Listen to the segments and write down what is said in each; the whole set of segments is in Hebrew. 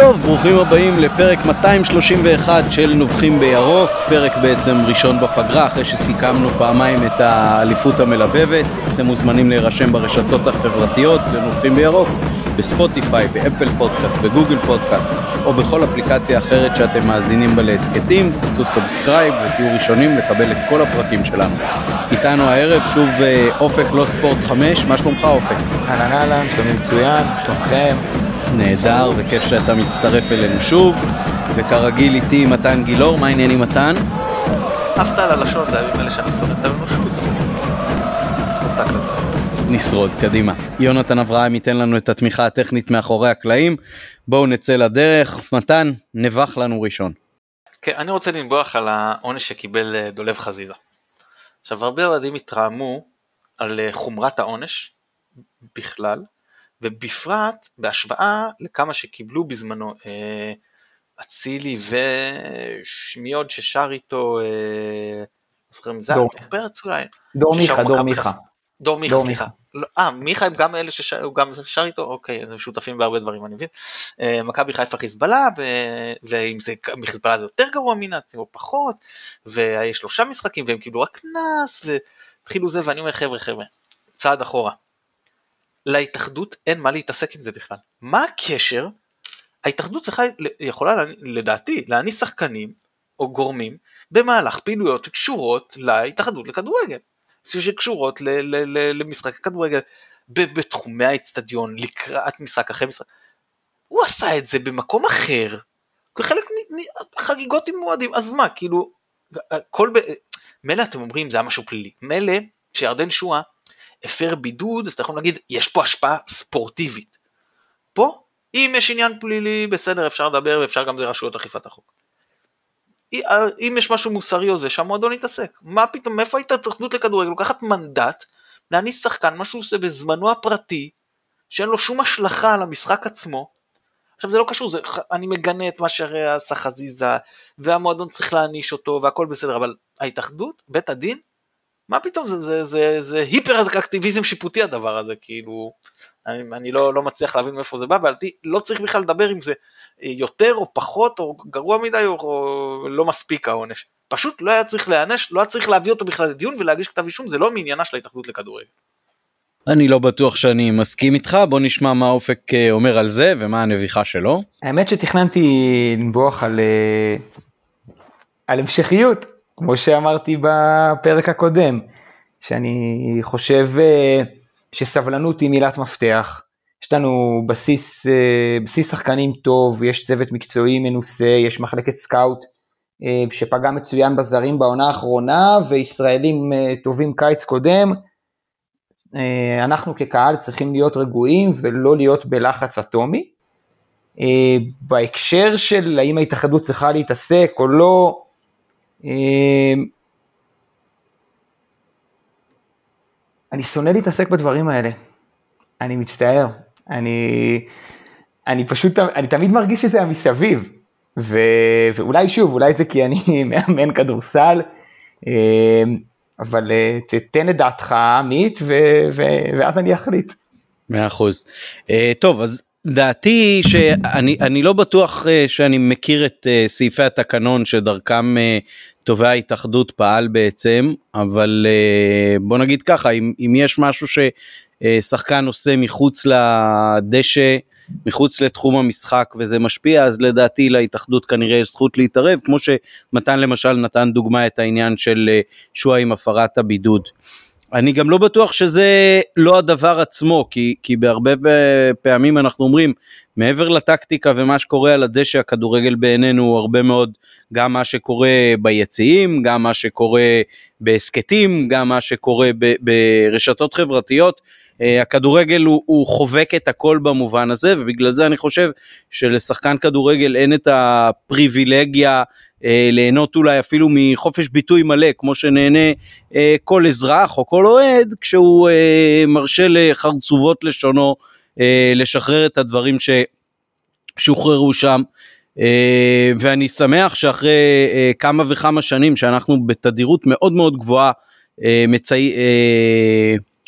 טוב, ברוכים הבאים לפרק 231 של נובחים בירוק, פרק בעצם ראשון בפגרה, אחרי שסיכמנו פעמיים את האליפות המלבבת. אתם מוזמנים להירשם ברשתות החברתיות לנובחים בירוק, בספוטיפיי, באפל פודקאסט, בגוגל פודקאסט, או בכל אפליקציה אחרת שאתם מאזינים בה להסקטים. תעשו סאבסקרייב ותהיו ראשונים לקבל את כל הפרקים שלנו. איתנו הערב שוב אופק לא ספורט 5, מה שלומך אופק? אהלן אהלן, שלומי מצוין, שלומכם? נהדר, וכיף שאתה מצטרף אלינו שוב. וכרגיל איתי מתן גילור. מה העניינים מתן? עפת על הלשון, זה הימים האלה שאני שונא את האנושות. נשרוד, קדימה. יונתן אברהם ייתן לנו את התמיכה הטכנית מאחורי הקלעים. בואו נצא לדרך. מתן, נבח לנו ראשון. כן, אני רוצה לנבוח על העונש שקיבל דולב חזיזה. עכשיו, הרבה ילדים התרעמו על חומרת העונש בכלל, ובפרט בהשוואה לכמה שקיבלו בזמנו אצילי ושמיוד ששר איתו דור מיכה, סליחה. מיכה הם גם אלה ששרו, גם שר איתו, אוקיי, הם שותפים בהרבה דברים, אני מבין. מכבי חיפה חיזבאללה, ואם זה מחיזבאללה זה יותר גרוע מנאצים או פחות, ויש 3 משחקים והם קיבלו רק קנס, והתחילו זה, ואני אומר חבר'ה, צעד אחורה. להתאחדות אין מה להתעסק עם זה בכלל. מה הקשר? ההתאחדות יכולה לדעתי להניס שחקנים או גורמים במהלך פעילויות שקשורות להתאחדות לכדורגל, שקשורות למשחק הכדורגל בתחומי האצטדיון, לקראת משחק אחרי משחק. הוא עשה את זה במקום אחר, כחלק מחגיגות עם מועדים. אז מה, כאילו, מלא אתם אומרים זה היה משהו פלילי, מלא שירדן שואה הפר בידוד, אז אתה יכול להגיד, יש פה השפעה ספורטיבית. פה, אם יש עניין פלילי, בסדר, אפשר לדבר, ואפשר גם זה רשויות אכיפת החוק. אם יש משהו מוסרי או זה, שהמועדון יתעסק. מה פתאום, מאיפה הייתה התאחדות לכדורגל? לוקחת מנדט, להניס שחקן, מה שהוא עושה בזמנו הפרטי, שאין לו שום השלכה על המשחק עצמו. עכשיו זה לא קשור, אני מגנה את מה שהרי עשה חזיזה, והמועדון צריך להניש אותו, והכל בסדר, אבל ההתאחדות, בית הדין, מה פתאום, זה היפר-אקטיביזם שיפוטי הדבר הזה, כאילו, אני לא מצליח להבין מאיפה זה בא, אבל לא צריך בכלל לדבר אם זה יותר או פחות, או גרוע מדי, או לא מספיק העונש. פשוט לא היה צריך להענש, לא היה צריך להביא אותו בכלל לדיון, ולהגיש כתב אישום, זה לא מעניינה של ההתאחדות לכדורגל. אני לא בטוח שאני מסכים איתך, בוא נשמע מה אופק אומר על זה, ומה הנביכה שלו. האמת שתכננתי לנבוח על המשכיות, כמו שאמרתי בפרק הקודם, שאני חושב שסבלנות היא מילת מפתח. יש לנו בסיס שחקנים טוב, יש צוות מקצועי מנוסה, יש מחלקת סקאוט שפגע מצוין בזרים בעונה האחרונה, וישראלים טובים קיץ קודם. אנחנו כקהל צריכים להיות רגועים ולא להיות בלחץ אטומי. בהקשר של האם ההתאחדות צריכה להתעסק או לא, אני שונא להתעסק בדברים האלה, אני מצטער, אני פשוט, אני תמיד מרגיש שזה המסביב, ואולי שוב, אולי זה כי אני מאמן כדורסל, אבל תתן את דעתך עמית, ואז אני אחליט. 100%. טוב, אז דעתי שאני לא בטוח שאני מכיר את סעיפי התקנון שדרכם תובע ההתאחדות פעל בעצם, אבל בוא נגיד ככה, אם יש משהו ששחקן עושה מחוץ לדשא, מחוץ לתחום המשחק וזה משפיע, אז לדעתי להתאחדות כנראה יש זכות להתערב, כמו שמתן למשל נתן דוגמה את העניין של שואה עם הפרת הבידוד. אני גם לא בטוח שזה לא הדבר עצמו, כי בהרבה פעמים אנחנו אומרים, מעבר לטקטיקה ומה שקורה על הדשא, הכדורגל בעינינו הוא הרבה מאוד, גם מה שקורה ביציעים, גם מה שקורה בהסקטים, גם מה שקורה ברשתות חברתיות. הכדורגל הוא חובק את הכל במובן הזה, ובגלל זה אני חושב שלשחקן כדורגל אין את הפריבילגיה ליהנות אולי אפילו מחופש ביטוי מלא, כמו שנהנה כל אזרח או כל אוהד, כשהוא מרשה לחרצובות לשונו לשחרר את הדברים ששוחררו שם. ואני שמח שאחרי כמה וכמה שנים שאנחנו בתדירות מאוד מאוד גבוהה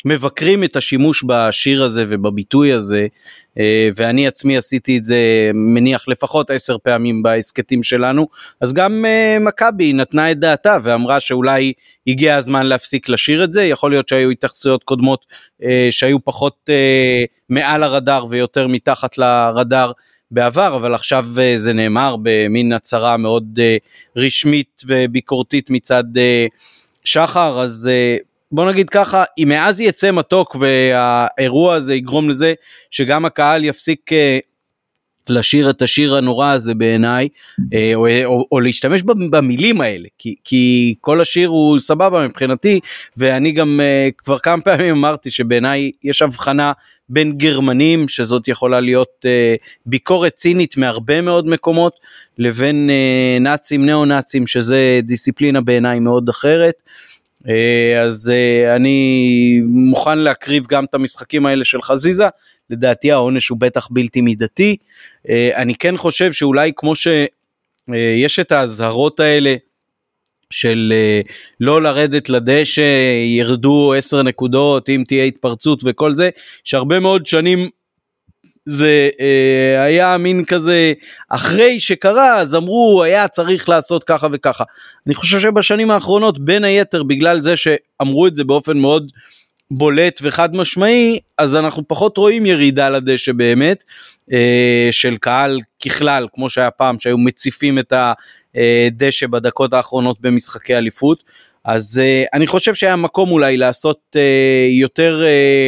מבקרים את השימוש בשיר הזה ובביטוי הזה, ואני עצמי עשיתי את זה מניח לפחות 10 פעמים בהסקטים שלנו, אז גם מכבי נתנה את דעתה ואמרה שאולי הגיע הזמן להפסיק לשיר את זה. יכול להיות שהיו התייחסויות קודמות שהיו פחות מעל הרדאר ויותר מתחת לרדאר בעבר, אבל עכשיו זה נאמר במין הצהרה מאוד רשמית וביקורתית מצד שחר. אז בוא נגיד ככה, אם מאז יצא מתוק והאירוע הזה יגרום לזה שגם הקהל יפסיק לשיר את השיר הנורא הזה בעיניי, או להשתמש במילים האלה, כי כל השיר הוא סבבה מבחינתי, ואני גם כבר כמה פעמים אמרתי שבעיניי יש הבחנה בין גרמנים, שזאת יכולה להיות ביקורת צינית מהרבה מאוד מקומות, לבין נאצים, נאו-נאצים, שזה דיסציפלינה בעיניי מאוד אחרת. אז אני מוכן להקריב גם את המשחקים האלה של חזיזה. לדעתי העונש הוא בטח בלתי מידתי. אני כן חושב שאולי כמו שיש את ההזהרות האלה של לא לרדת לדשא, ירדו 10 נקודות אם תהיה התפרצות וכל זה, שהרבה מאוד שנים זה היה מין כזה, אחרי שקרה אז אמרו היה צריך לעשות ככה וככה. אני חושב שבשנים האחרונות בין היתר בגלל זה שאמרו את זה באופן מאוד בולט וחד משמעי, אז אנחנו פחות רואים ירידה לדשא באמת, של קהל ככלל, כמו שהיה פעם שהיו מציפים את הדשא בדקות האחרונות במשחקי אליפות. אז אני חושב שהיה מקום אולי לעשות יותר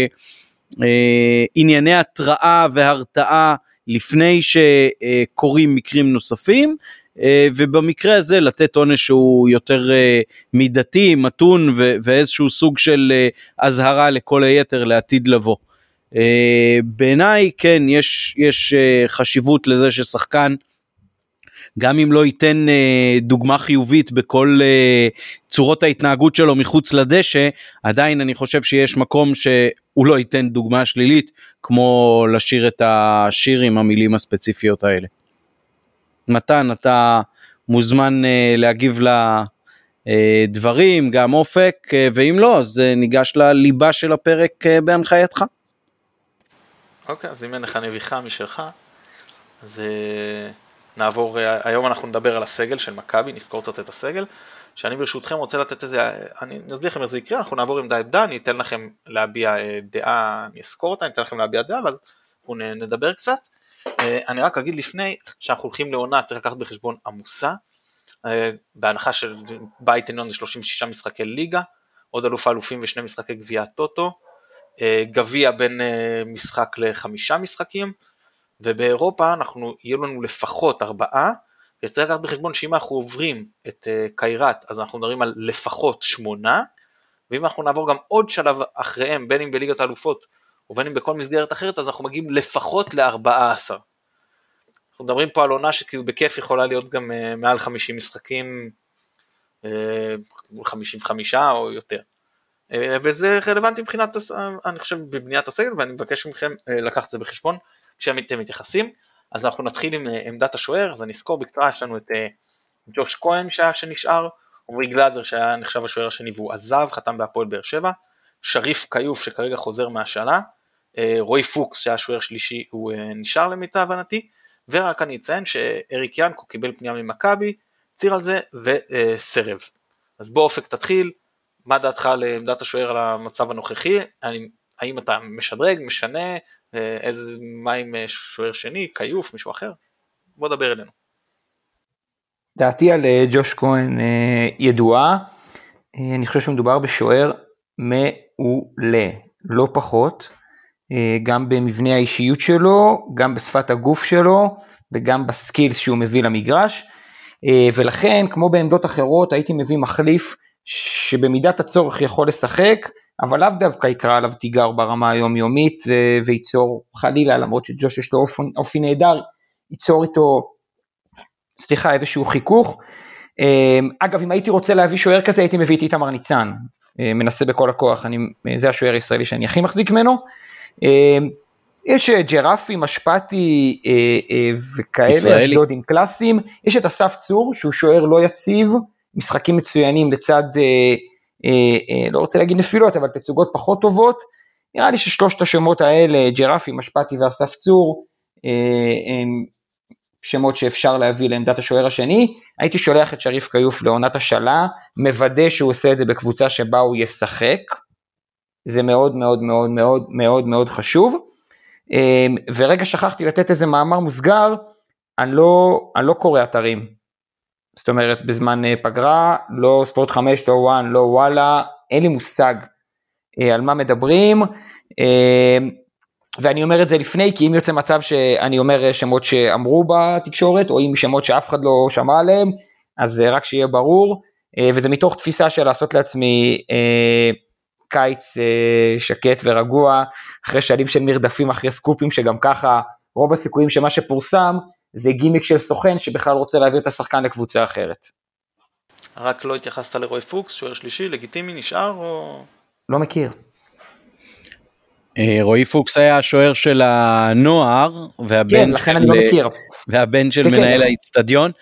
ענייני התראה והרתעה לפני שקורים מקרים נוספים, ובמקרה הזה לתת עונש שהוא יותר מידתי, מתון, ואיזשהו סוג של הזהרה לכל היתר לעתיד לבוא. בעיניי כן יש חשיבות לזה ששחקן, גם אם לא ייתן דוגמה חיובית בכל צורות ההתנהגות שלו מחוץ לדשא, עדיין אני חושב שיש מקום שהוא לא ייתן דוגמה שלילית, כמו לשיר את השיר עם המילים הספציפיות האלה. מתן, אתה מוזמן להגיב לדברים, גם אופק, ואם לא, אז ניגש לליבה של הפרק בהנחייתך. אוקיי, אז אם אין לך נביחה משלך, אז נעבור, היום אנחנו נדבר על הסגל של מכבי, נזכור קצת את הסגל, שאני ברשותכם רוצה לתת איזה, אני נסביר לכם איך זה יקרה, אנחנו נעבור עם עמדה, אני אתן לכם להביע דעה, אני אזכור אותה, אני אתן לכם להביע דעה, אבל אנחנו נדבר קצת. אני רק אגיד לפני שאנחנו הולכים לעונה, צריך לקחת בחשבון עמוסה, בהנחה של בית עליון זה 36 משחקי ליגה, עוד אלוף האלופים ו2 משחקי גביע טוטו, גביע בין משחק ל5 משחקים, ובאירופה יהיו לנו לפחות 4, וצריך לקחת בחשבון שאם אנחנו עוברים את קיירת, אז אנחנו מדברים על לפחות 8, ואם אנחנו נעבור גם עוד שלב אחריהם, בין אם בליגת האלופות, ובין אם בכל מסגרת אחרת, אז אנחנו מגיעים לפחות ל14. אנחנו מדברים פה על עונה שכאילו בכיף יכולה להיות גם מעל 50 משחקים, 55 או יותר. וזה רלוונטי מבחינת, אני חושב, בבניית הסגל, ואני מבקש מכם לקחת את זה בחשבון, כשאתם מתייחסים. אז אנחנו נתחיל עם עמדת השוער, אז אני אזכור בקצרה, יש לנו את ג'וש כהן שנשאר, עמרי גלאזר שהיה נחשב השוער השני והוא עזב, חתם בהפועל באר שבע, שריף קיוף שכרגע חוזר מהשאלה, רועי פוקס שהיה שוער שלישי הוא נשאר למיטב הבנתי, ורק אני אציין שאריק ינקו קיבל פנייה ממכבי, ציר על זה וסרב. אז בוא אופק תתחיל, מה דעתך לעמדת השוער על המצב הנוכחי, האם אתה משדרג, משנה, מה עם שוער שני, קיוף, מישהו אחר? בוא דבר אלינו. דעתי על ג'וש כהן ידועה, אני חושב שמדובר בשוער מעולה, לא פחות, גם במבנה האישיות שלו, גם בשפת הגוף שלו, וגם בסקילס שהוא מביא למגרש, ולכן כמו בעמדות אחרות הייתי מביא מחליף שבמידת הצורך יכול לשחק, אבל לאו דווקא יקרא עליו תיגר ברמה היומיומית, וייצור חלילה, למרות שג'וש יש לו אופי נהדר, ייצור איתו, איזשהו חיכוך. אגב, אם הייתי רוצה להביא שוער כזה, הייתי מביא את איתמר ניצן, מנסה בכל הכוח, זה השוער הישראלי שאני הכי מחזיק ממנו. יש ג'רפי, משפטי וכאלה, אשדודים קלאסיים, יש את אסף צור, שהוא שוער לא יציב, משחקים מצוינים לצד לא רוצה להגיד נפילות, אבל תצוגות פחות טובות, נראה לי ששלושת השמות האלה, ג'רפי, משפטי ואסף צור, הם שמות שאפשר להביא לעמדת השוער השני. הייתי שולח את שריף קיוף לעונת השאלה, מוודא שהוא עושה את זה בקבוצה שבה הוא ישחק, זה מאוד מאוד מאוד מאוד מאוד מאוד חשוב. ורגע שכחתי לתת איזה מאמר מוסגר, אני לא קורא אתרים, זאת אומרת בזמן פגרה, לא ספורט 5, לא וואן, לא וואלה, אין לי מושג על מה מדברים, ואני אומר את זה לפני, כי אם יוצא מצב שאני אומר שמות שאמרו בתקשורת, או אם שמות שאף אחד לא שמע עליהם, אז רק שיהיה ברור, וזה מתוך תפיסה של לעשות לעצמי קיץ שקט ורגוע, אחרי שנים של מרדפים, אחרי סקופים, שגם ככה רוב הסיכויים שמה שפורסם, זה גימיק של סוכן שבכלל רוצה להעביר את השחקן לקבוצה אחרת. רק לא התייחסת לרוי פוקס, שוער שלישי, לגיטימי, נשאר או... לא מכיר. רועי פוקס היה השוער של הנוער, כן, לכן אני לא מכיר. והבן של מנהל האצטדיון,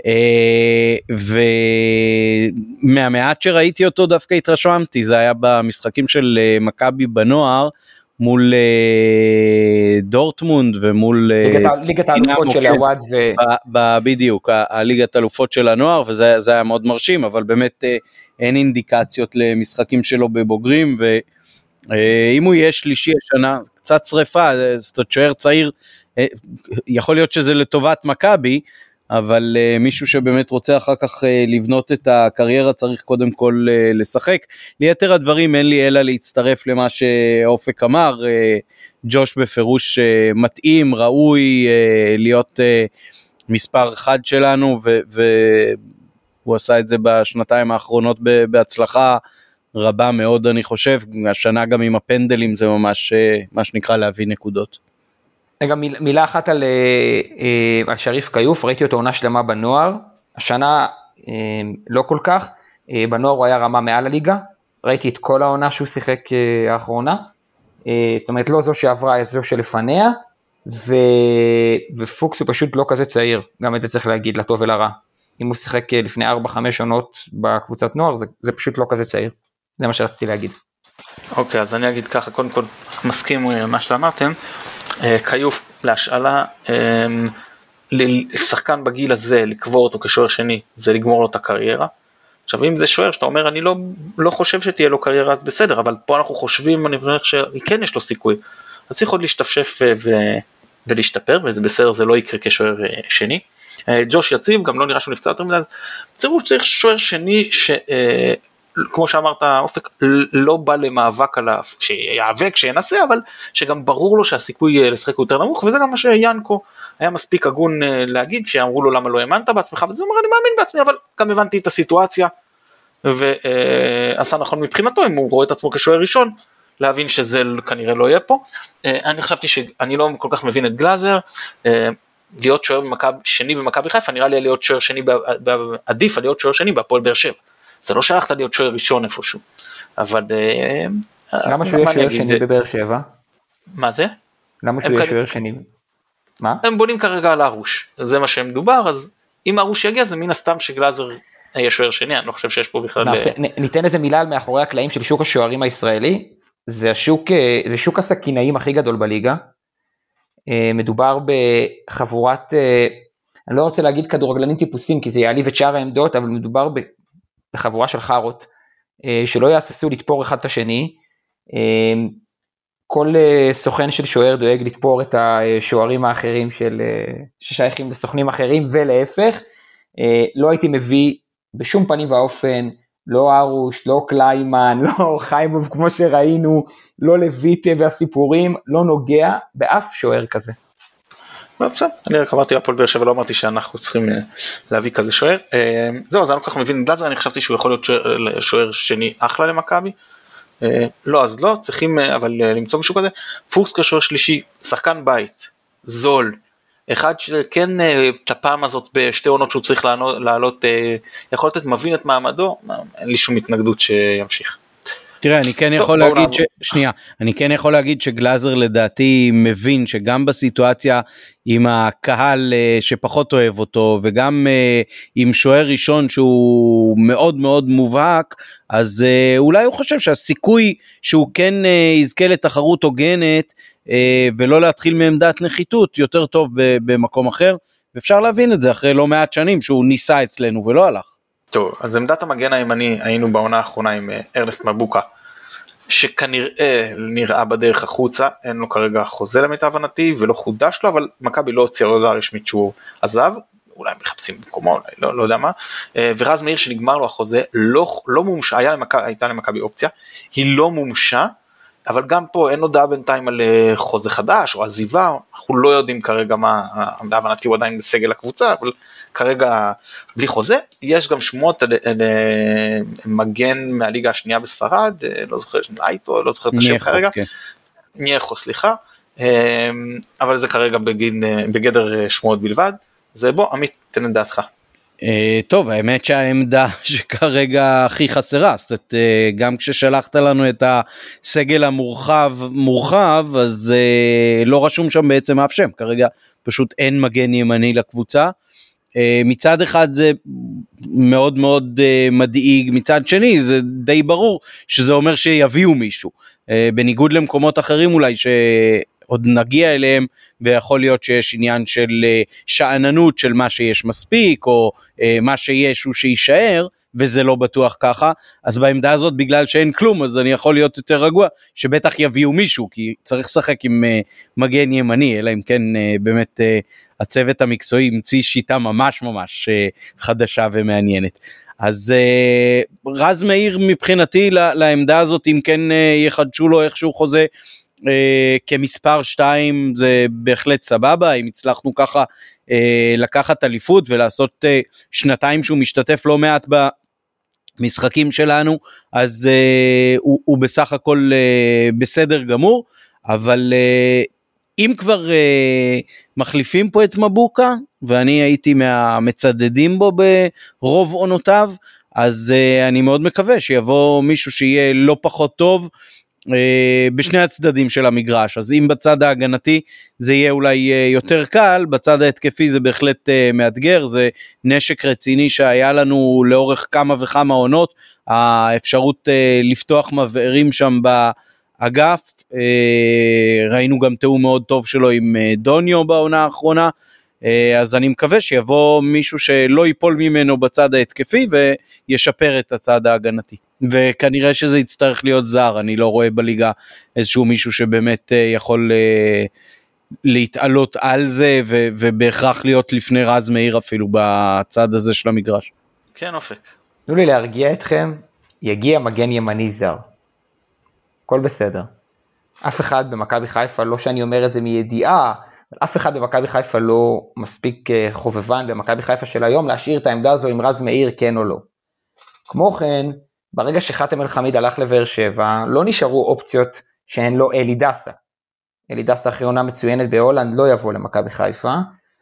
ומהמעט שראיתי אותו דווקא התרשמתי, זה היה במשחקים של מכבי בנוער, מול דורטמונד ומול ליגת האלופות של הוואד בדיוק, הליגת האלופות של הנוער, וזה היה מאוד מרשים, אבל באמת אין אינדיקציות למשחקים שלו בבוגרים, ואם הוא יהיה שלישי השנה, קצת שריפה, זאת שוער צעיר, יכול להיות שזה לטובת מכבי, אבל מישהו שבאמת רוצה אחר כך לבנות את הקריירה צריך קודם כל לשחק. ליתר הדברים אין לי אלא להצטרף למה שאופק אמר, ג'וש בפירוש מתאים, ראוי להיות מספר אחד שלנו, והוא עשה את זה בשנתיים האחרונות בהצלחה רבה מאוד אני חושב, השנה גם עם הפנדלים זה ממש מה שנקרא להביא נקודות. רגע, מילה אחת על שריף קיוף, ראיתי אותו עונה שלמה בנוער, השנה לא כל כך, בנוער הוא היה רמה מעל הליגה, ראיתי את כל העונה שהוא שיחק האחרונה, זאת אומרת לא זו שעברה, את זו שלפניה, ופוקס הוא פשוט לא כזה צעיר, גם את זה צריך להגיד, לטוב ולרע, אם הוא שיחק לפני 4-5 עונות בקבוצת נוער, זה פשוט לא כזה צעיר, זה מה שרציתי להגיד. אוקיי, אז אני אגיד ככה, קודם כל מסכים מה שאמרתם, קיוף להשאלה, לשחקן בגיל הזה, לקבור אותו כשוער שני, זה לגמור לו את הקריירה. עכשיו אם זה שוער שאתה אומר, אני לא חושב שתהיה לו קריירה, אז בסדר, אבל פה אנחנו חושבים, אני חושב שכן יש לו סיכוי, אז צריך עוד להשתפשף ולהשתפר, ובסדר זה לא יקרה כשוער שני. ג'וש יציב, גם לא נראה שהוא נפצע יותר מדי, צריך שוער שני כמו שאמרת אופק, לא בא למאבק עליו, שיאבק, שינסה, אבל שגם ברור לו שהסיכוי לשחק יותר נמוך, וזה גם מה שיאנקו היה מספיק הגון להגיד, שאמרו לו למה לא האמנת בעצמך, וזה אומר אני מאמין בעצמי, אבל גם הבנתי את הסיטואציה, ועשה נכון מבחינתו, אם הוא רואה את עצמו כשוער ראשון, להבין שזה כנראה לא יהיה פה. אני חשבתי שאני לא כל כך מבין את גלאזר, להיות שוער שני במכבי חיפה, נראה לי להיות שוער שני, עדיף להיות שוער שני בהפועל באר שבע. זה לא שלחת להיות שוער ראשון איפשהו, אבל... למה שהוא יהיה שוער שני בבאר שבע? מה זה? למה שהוא יהיה שוער שני? מה? הם בונים כרגע על ארוש, זה מה שמדובר, אז אם ארוש יגיע, זה מן הסתם שגלאזר יהיה שוער שני, אני לא חושב שיש פה בכלל... ניתן איזה מילה על מאחורי הקלעים של שוק השוערים הישראלי, זה שוק הסכינאים הכי גדול בליגה, מדובר בחבורת, אני לא רוצה להגיד כדורגלנים טיפוסים, כי זה יעליב את שאר העמדות, אבל מדובר בחבורה של חרות, שלא יעשו לתפור אחד את השני, כל סוכן של שוער דואג לתפור את השוערים האחרים ששייכים לסוכנים אחרים, ולהפך, לא הייתי מביא בשום פנים ואופן, לא ארוש, לא קליימן, לא חיימוב כמו שראינו, לא לויטה והסיפורים, לא נוגע באף שוער כזה. בסדר, אני רק אמרתי הפועל באר שבע, לא אמרתי שאנחנו צריכים להביא כזה שוער. זהו, אז אני לא כל כך מבין גלאזר, אני חשבתי שהוא יכול להיות שוער שני אחלה למכבי. לא, אז לא, צריכים אבל למצוא משהו כזה. פוקס כשוער שלישי, שחקן בית, זול, אחד שכן את הפעם הזאת בשתי עונות שהוא צריך לעלות, יכול לתת מבין את מעמדו, אין לי שום התנגדות שימשיך. תראה, אני כן יכול להגיד אני כן יכול להגיד שגלאזר לדעתי מבין שגם בסיטואציה עם הקהל שפחות אוהב אותו, וגם עם שוער ראשון שהוא מאוד מאוד מובהק, אז אולי הוא חושב שהסיכוי שהוא כן יזכה לתחרות הוגנת, ולא להתחיל מעמדת נחיתות יותר טוב במקום אחר, ואפשר להבין את זה אחרי לא מעט שנים שהוא ניסה אצלנו ולא הלך. טוב, אז עמדת המגן הימני היינו בעונה האחרונה עם ארנסט מבוקה, שכנראה נראה בדרך החוצה, אין לו כרגע חוזה למיטב הבנתי, ולא חודש לו, אבל מכבי לא הוציאה הודעה רשמית שהוא עזב, אולי הם מחפשים במקומו, לא יודע מה, ורז מאיר שנגמר לו החוזה, לא מומשה, הייתה למכבי אופציה, היא לא מומשה, אבל גם פה אין הודעה בינתיים על חוזה חדש או עזיבה, אנחנו לא יודעים כרגע מה, להבנתי הוא עדיין בסגל הקבוצה, אבל כרגע בלי חוזה. יש גם שמועות על מגן מהליגה השנייה בספרד, לא זוכר נייטו, לא זוכר את השם כרגע, נייחו, סליחה, אבל זה כרגע בגדר שמועות בלבד. זה בוא, עמית, תן את דעתך. טוב, האמת שהעמדה שכרגע הכי חסרה, זאת אומרת, גם כששלחת לנו את הסגל המורחב, אז לא רשום שם בעצם אף שם, כרגע פשוט אין מגן ימני לקבוצה. מצד אחד זה מאוד מאוד מדאיג, מצד שני זה די ברור שזה אומר שיביאו מישהו, בניגוד למקומות אחרים אולי שעוד נגיע אליהם, ויכול להיות שיש עניין של שעננות של מה שיש מספיק, או מה שיש הוא שישאר, וזה לא בטוח ככה. אז בעמדה הזאת, בגלל שאין כלום, אז אני יכול להיות יותר רגוע, שבטח יביאו מישהו, כי צריך לשחק עם מגן ימני, אלא אם כן באמת הצוות המקצועי ימציא שיטה ממש ממש חדשה ומעניינת. אז רז מאיר מבחינתי לעמדה הזאת, אם כן יחדשו לו איכשהו חוזה כמספר 2, זה בהחלט סבבה. אם הצלחנו ככה לקחת אליפות ולעשות שנתיים שהוא משתתף לא מעט במשחקים שלנו, אז הוא בסך הכל בסדר גמור. אבל אם כבר מחליפים פה את מבוקה, ואני הייתי מהמצדדים בו ברוב עונותיו, אז אני מאוד מקווה שיבוא מישהו שיהיה לא פחות טוב בשני הצדדים של המגרש. אז אם בצד ההגנתי זה יהיה אולי יותר קל, בצד ההתקפי זה בהחלט מאתגר. זה נשק רציני שהיה לנו לאורך כמה וכמה עונות, האפשרות לפתוח מבערים שם באגף. ראינו גם תיאום מאוד טוב שלו עם דוניו בעונה האחרונה, אז אני מקווה שיבוא מישהו שלא ייפול ממנו בצד ההתקפי וישפר את הצד ההגנתי, וכנראה שזה יצטרך להיות זר. אני לא רואה בליגה איזשהו מישהו שבאמת יכול להתעלות על זה ובהכרח להיות לפני רז מאיר אפילו בצד הזה של המגרש. כן, אופק. תנו לי להרגיע אתכם, יגיע מגן ימני זר, הכל בסדר. אף אחד במכבי חיפה, לא שאני אומר את זה מידיעה, אף אחד במכבי חיפה לא מספיק חובבן במכבי חיפה של היום להשאיר את העמדה הזו עם רז מאיר כן או לא. כמו כן, ברגע שחתם אל חמיד הלך לבאר שבע, לא נשארו אופציות שהן לא אלי דסה. אלי דסה אחרי עונה מצוינת בהולנד לא יבוא למכבי חיפה.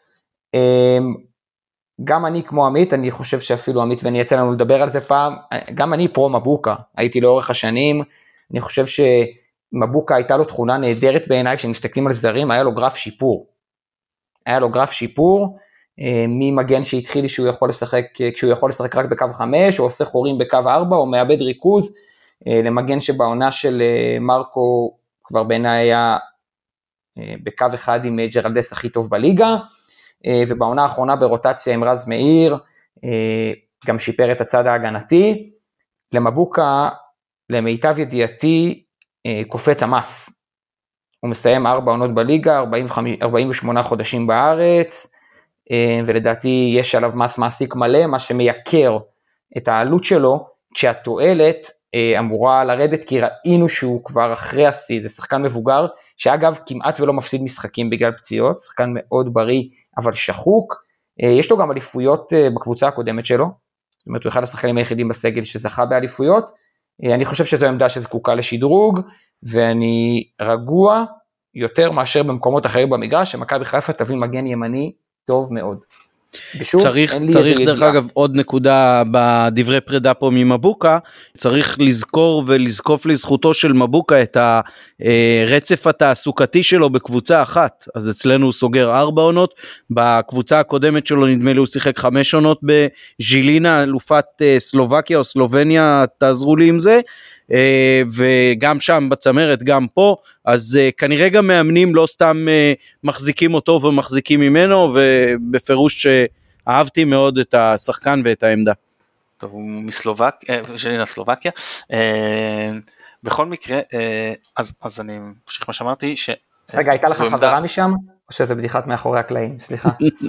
גם אני כמו עמית, אני חושב שאפילו עמית ואני יצא לנו לדבר על זה פעם, גם אני פרו מבוקה, הייתי לאורך השנים, אני חושב מבוקה הייתה לו תכונה נהדרת בעיניי, כשמסתכלים על זרים, היה לו גרף שיפור. היה לו גרף שיפור, ממגן שהתחיל שהוא יכול לשחק, כשהוא יכול לשחק רק בקו 5, או עושה חורים בקו 4, או מאבד ריכוז, למגן שבעונה של מרקו, כבר בעיניי היה בקו 1 עם ג'רלדס הכי טוב בליגה, ובעונה האחרונה ברוטציה עם רז מאיר, גם שיפר את הצד ההגנתי. למבוקה, למיטב ידיעתי, קופץ המס, הוא מסיים 4 עונות בליגה, 48 חודשים בארץ, ולדעתי יש עליו מס מעסיק מלא, מה שמייקר את העלות שלו, כשהתועלת אמורה לרדת, כי ראינו שהוא כבר אחרי השיא, זה שחקן מבוגר, שאגב כמעט ולא מפסיד משחקים בגלל פציעות, שחקן מאוד בריא אבל שחוק, יש לו גם אליפויות בקבוצה הקודמת שלו, זאת אומרת הוא אחד השחקנים היחידים בסגל שזכה באליפויות, אני חושב שזו עמדה שזקוקה לשדרוג, ואני רגוע יותר מאשר במקומות אחרים במגרש, שמכבי חיפה תביא מגן ימני טוב מאוד. צריך דרך אגב עוד נקודה בדברי פרידה פה ממבוקה, צריך לזכור ולזקוף לזכותו של מבוקה את הרצף התעסוקתי שלו בקבוצה אחת, אז אצלנו הוא סוגר 4 עונות, בקבוצה הקודמת שלו נדמה לי הוא שיחק 5 עונות בז'ילינה, אלופת סלובקיה או סלובניה, תעזרו לי עם זה, וגם שם בצמרת, גם פה, אז כנראה גם מאמנים לא סתם מחזיקים אותו ומחזיקים ממנו, ובפירוש אהבתי מאוד את השחקן ואת העמדה. טוב, הוא ז'ילינה סלובקיה. בכל מקרה, אז אני ממשיך מה שאמרתי, רגע, הייתה לך חברה משם? או שזה בדיחת מאחורי הקלעים? סליחה.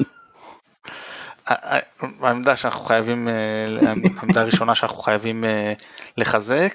העמדה שאנחנו חייבים, העמדה הראשונה שאנחנו חייבים לחזק,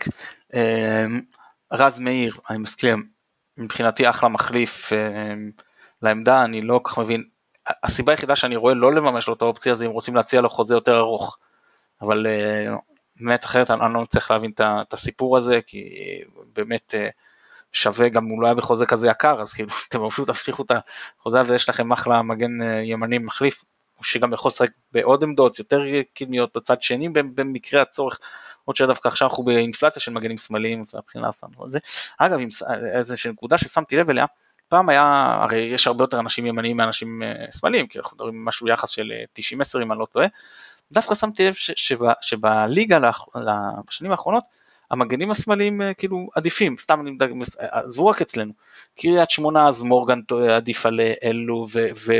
רז מאיר, אני מסכים, מבחינתי אחלה מחליף לעמדה, אני לא כך מבין, הסיבה היחידה שאני רואה לא לממש לו את האופציה זה אם רוצים להציע לו חוזה יותר ארוך, אבל באמת אחרת אני לא צריך להבין את הסיפור הזה, כי באמת שווה, גם הוא לא היה בחוזה כזה יקר, אז כאילו אתם פשוט תפסיכו את החוזה הזה, יש לכם אחלה מגן ימני מחליף, שגם יכול לשחק בעוד עמדות, יותר קדמיות בצד שני במקרה הצורך, עוד שדווקא עכשיו אנחנו באינפלציה של מגנים שמאליים, אז מהבחינה עשינו על זה. אגב, איזושהי נקודה ששמתי לב אליה, פעם היה, הרי יש הרבה יותר אנשים ימניים מאנשים שמאליים, כי אנחנו מדברים משהו יחס של 90-10 אם אני לא טועה, דווקא שמתי לב שבליגה בשנים האחרונות, המגנים השמאליים כאילו עדיפים, סתם עזבו רק אצלנו, קריית שמונה אז מורגן עדיף על אלו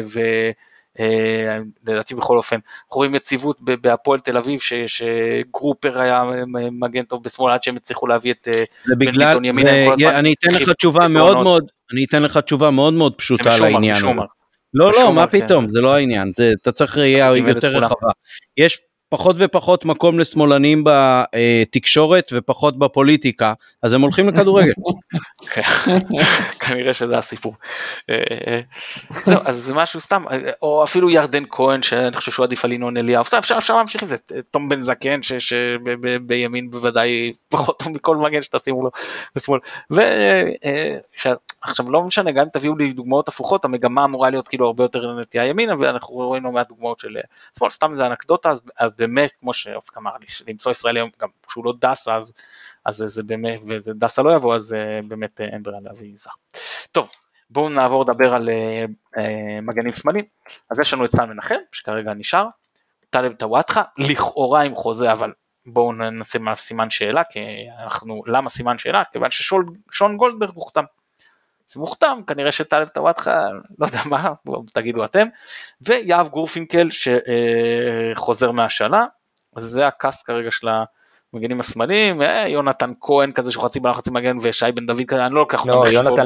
לדעתי בכל אופן, אנחנו רואים יציבות בהפועל תל אביב, שגרופר היה מגן טוב בשמאל, עד שהם הצליחו להביא את בן ביטון ימינה. אני אתן לך תשובה מאוד מאוד פשוטה על העניין. לא, מה פתאום, זה לא העניין, אתה צריך ראייה יותר רחבה. יש פחות ופחות מקום לשמאלנים בתקשורת ופחות בפוליטיקה, אז הם הולכים לכדורגל. כנראה שזה הסיפור. אז זה משהו סתם, או אפילו ירדן כהן, שאני חושב שהוא עדיף על ינון אליהו, אפשר להמשיך עם זה, תום בן זקן, שבימין בוודאי פחות טוב מכל מגן שתשימו לו בשמאל, עכשיו לא משנה, גם אם תביאו לי דוגמאות הפוכות, המגמה אמורה להיות כאילו הרבה יותר נטייה ימינה, ואנחנו רואים לא מעט דוגמאות של שמאל, סתם זה אנקדוטה, אז באמת, כמו שאופק אמר לי, למצוא ישראל היום, גם כשהוא לא דסה, אז זה באמת, וזה דסה לא יבוא, אז באמת אין ברירה להביא זר. טוב, בואו נעבור לדבר על מגנים שמאליים, אז יש לנו את טל מנחם, שכרגע נשאר, טלב טוואטחה, לכאורה עם חוזה, אבל בואו ננסה מה סימן שאלה, כי אנחנו, למה סימן שאלה? כיוון ששון גולדברג מוכתם. זה מוכתם, כנראה שטלב טוואטחה, לא יודע מה, תגידו אתם, ויאב גורפינקל שחוזר מהשאלה, אז זה הקאסט כרגע של המגנים השמאליים, יונתן כהן כזה שהוא חצי בלם חצי מגן, ושי בן דוד כזה, אני לא לוקח... לא,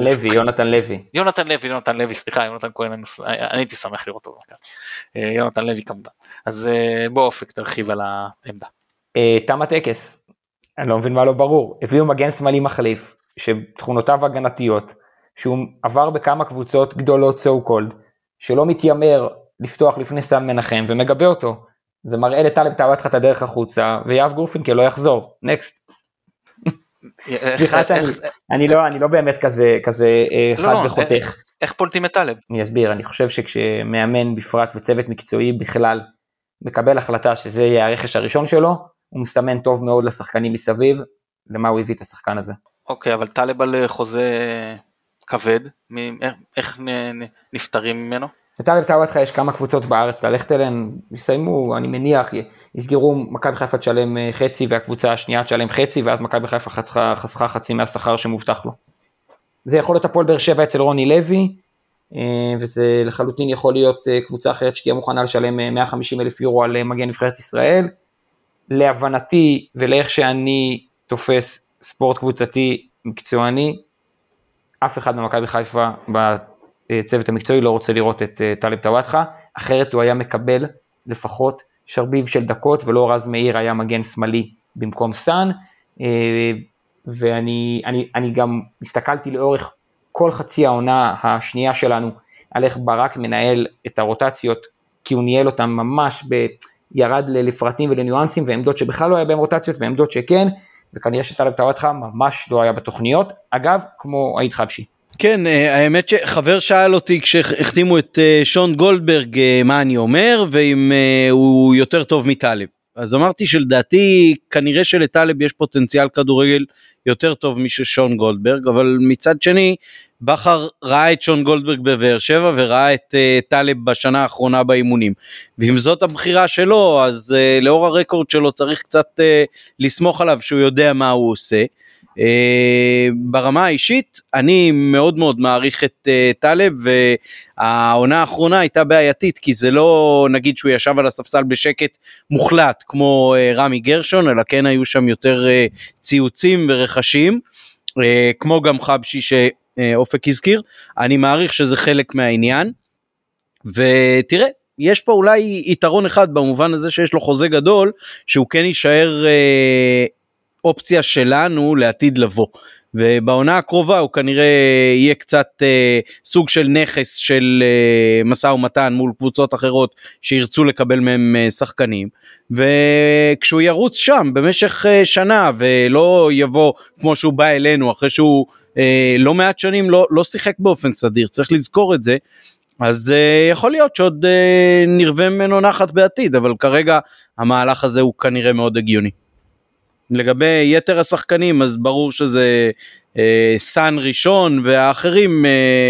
יונתן לוי, סליחה, יונתן כהן, אני הייתי שמח לראות אותו, יונתן לוי כמובן, אז בוא אופק תרחיב על העמדה. תם הטקס, אני לא מבין מה לא ברור, הביאו מגן שמאלי מחליף, שתכונותיו הגנתיות, שהוא עבר בכמה קבוצות גדולות so called, שלא מתיימר לפתוח לפני סן מנחם ומגבה אותו, זה מראה לטלב טוואטחה את הדרך החוצה, ויאב גורפינקל לא יחזור, נקסט. סליחה שאני לא באמת כזה חד וחותך. איך פולטים את טלב? אני אסביר, אני חושב שכשמאמן בפרט וצוות מקצועי בכלל, מקבל החלטה שזה יהיה הרכש הראשון שלו, הוא מסתמן טוב מאוד לשחקנים מסביב, למה הוא הביא את השחקן הזה. אוקיי, אבל טלב על חוזה כבד, איך נפטרים ממנו? לטלב טוואטחה יש כמה קבוצות בארץ, ללכת אליהן, יסיימו, אני מניח, יסגרו מכבי חיפה תשלם חצי, והקבוצה השנייה תשלם חצי, ואז מכבי חיפה חסכה חצי מהשכר שמובטח לו. זה יכול להיות הפועל באר שבע אצל רוני לוי, וזה לחלוטין יכול להיות קבוצה אחרת שתהיה מוכנה לשלם 150,000 יורו על מגן נבחרת ישראל. להבנתי ולאיך שאני תופס ספורט קבוצתי מקצועני, אף אחד במכבי חיפה בצוות המקצועי לא רוצה לראות את טלב טוואטחה, אחרת הוא היה מקבל לפחות שרביב של דקות, ולא רז מאיר היה מגן שמאלי במקום סן, ואני גם הסתכלתי לאורך כל חצי העונה השנייה שלנו, על איך ברק מנהל את הרוטציות, כי הוא ניהל אותם ממש ירד לפרטים ולניואנסים, ועמדות שבכלל לא היה בהם רוטציות, ועמדות שכן, וכנראה שטלב טוואטחה ממש לא היה בתוכניות, אגב, כמו עיד חבשי. כן, האמת שחבר שאל אותי כשהחתימו את שון גולדברג מה אני אומר, ואם הוא יותר טוב מטלב. אז אמרתי שלדעתי כנראה שלטלב יש פוטנציאל כדורגל יותר טוב מששון גולדברג, אבל מצד שני בכר ראה את שון גולדברג בבאר שבע וראה את טלב בשנה האחרונה באימונים, ואם זאת הבחירה שלו אז לאור הרקורד שלו צריך קצת לסמוך עליו שהוא יודע מה הוא עושה. ברמה האישית אני מאוד מאוד מעריך את טלב, והעונה האחרונה הייתה בעייתית כי זה לא נגיד שהוא ישב על הספסל בשקט מוחלט כמו רמי גרשון, אלא כן היו שם יותר ציוצים ורכשים, כמו גם חבשי שאופק הזכיר. אני מעריך שזה חלק מהעניין, ותראה יש פה אולי יתרון אחד במובן הזה שיש לו חוזה גדול, שהוא כן יישאר אופציה שלנו לעתיד לבוא, ובעונה הקרובה הוא כנראה יהיה קצת סוג של נכס של משא ומתן מול קבוצות אחרות שירצו לקבל מהם שחקנים, וכשהוא ירוץ שם במשך שנה ולא יבוא כמו שהוא בא אלינו אחרי שהוא לא מעט שנים לא שיחק באופן סדיר, צריך לזכור את זה, אז יכול להיות שעוד נרווה ממנו נחת בעתיד, אבל כרגע המהלך הזה הוא כנראה מאוד הגיוני. לגבי יתר השחקנים אז ברור שזה סן ראשון, והאחרים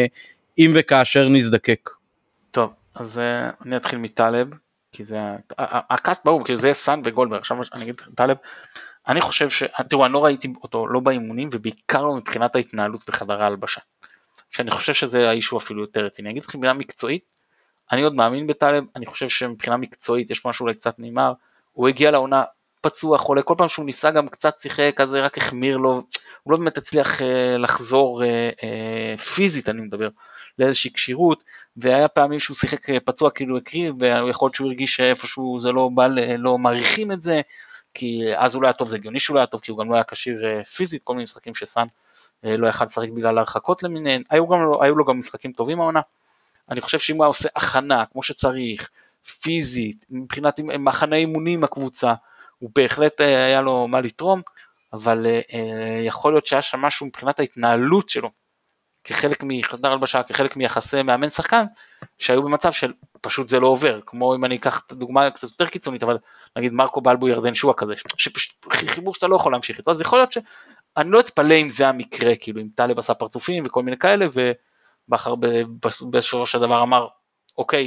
אם וכאשר נזדקק. טוב, אז אני אתחיל מטלב, כי זה הקאסט ברור, כי זה סן וגולדברג. עכשיו אני אגיד טלב, אני חושב תראו, אני לא ראיתי אותו לא באימונים, ובעיקר לא מבחינת ההתנהלות בחדר ההלבשה, שאני חושב שזה האישו אפילו יותר רציני. אני אגיד לכם מילה מקצועית, אני עוד מאמין בטלב, אני חושב שמבחינה מקצועית יש משהו אולי קצת נאמר, הוא הגיע לעונה פצוע, חולה, כל פעם שהוא ניסה גם קצת שיחק, אז זה רק החמיר לו, הוא לא באמת הצליח לחזור פיזית, אני מדבר, לאיזושהי קשירות, והיה פעמים שהוא שיחק פצוע כאילו הקריב, ויכול להיות שהוא הרגיש שאיפשהו זה לא בא, לא מעריכים את זה, כי אז הוא לא היה טוב, זה הגיוני שהוא לא היה טוב, כי הוא גם לא היה קשיר פיזית, כל מיני משחקים שסן לא יכל לשחק בגלל הרחקות למיניהן, היו לו גם משחקים טובים העונה. אני חושב שאם הוא עושה הכנה כמו שצריך, פיזית, מבחינת מחנה אימונים הקבוצה, הוא בהחלט היה לו מה לתרום, אבל יכול להיות שהיה שם משהו מבחינת ההתנהלות שלו, כחלק מחדר הלבשה, כחלק מיחסי מאמן שחקן, שהיו במצב של פשוט זה לא עובר, כמו אם אני אקח את הדוגמה קצת יותר קיצונית, אבל נגיד מרקו בלבו ירדן שואה כזה, שפשוט חיבור שאתה לא יכול להמשיך איתו, אז יכול להיות שאני לא אתפלא אם זה המקרה, כאילו אם טלב עשה פרצופים וכל מיני כאלה, ובחר בסופו של דבר אמר, אוקיי,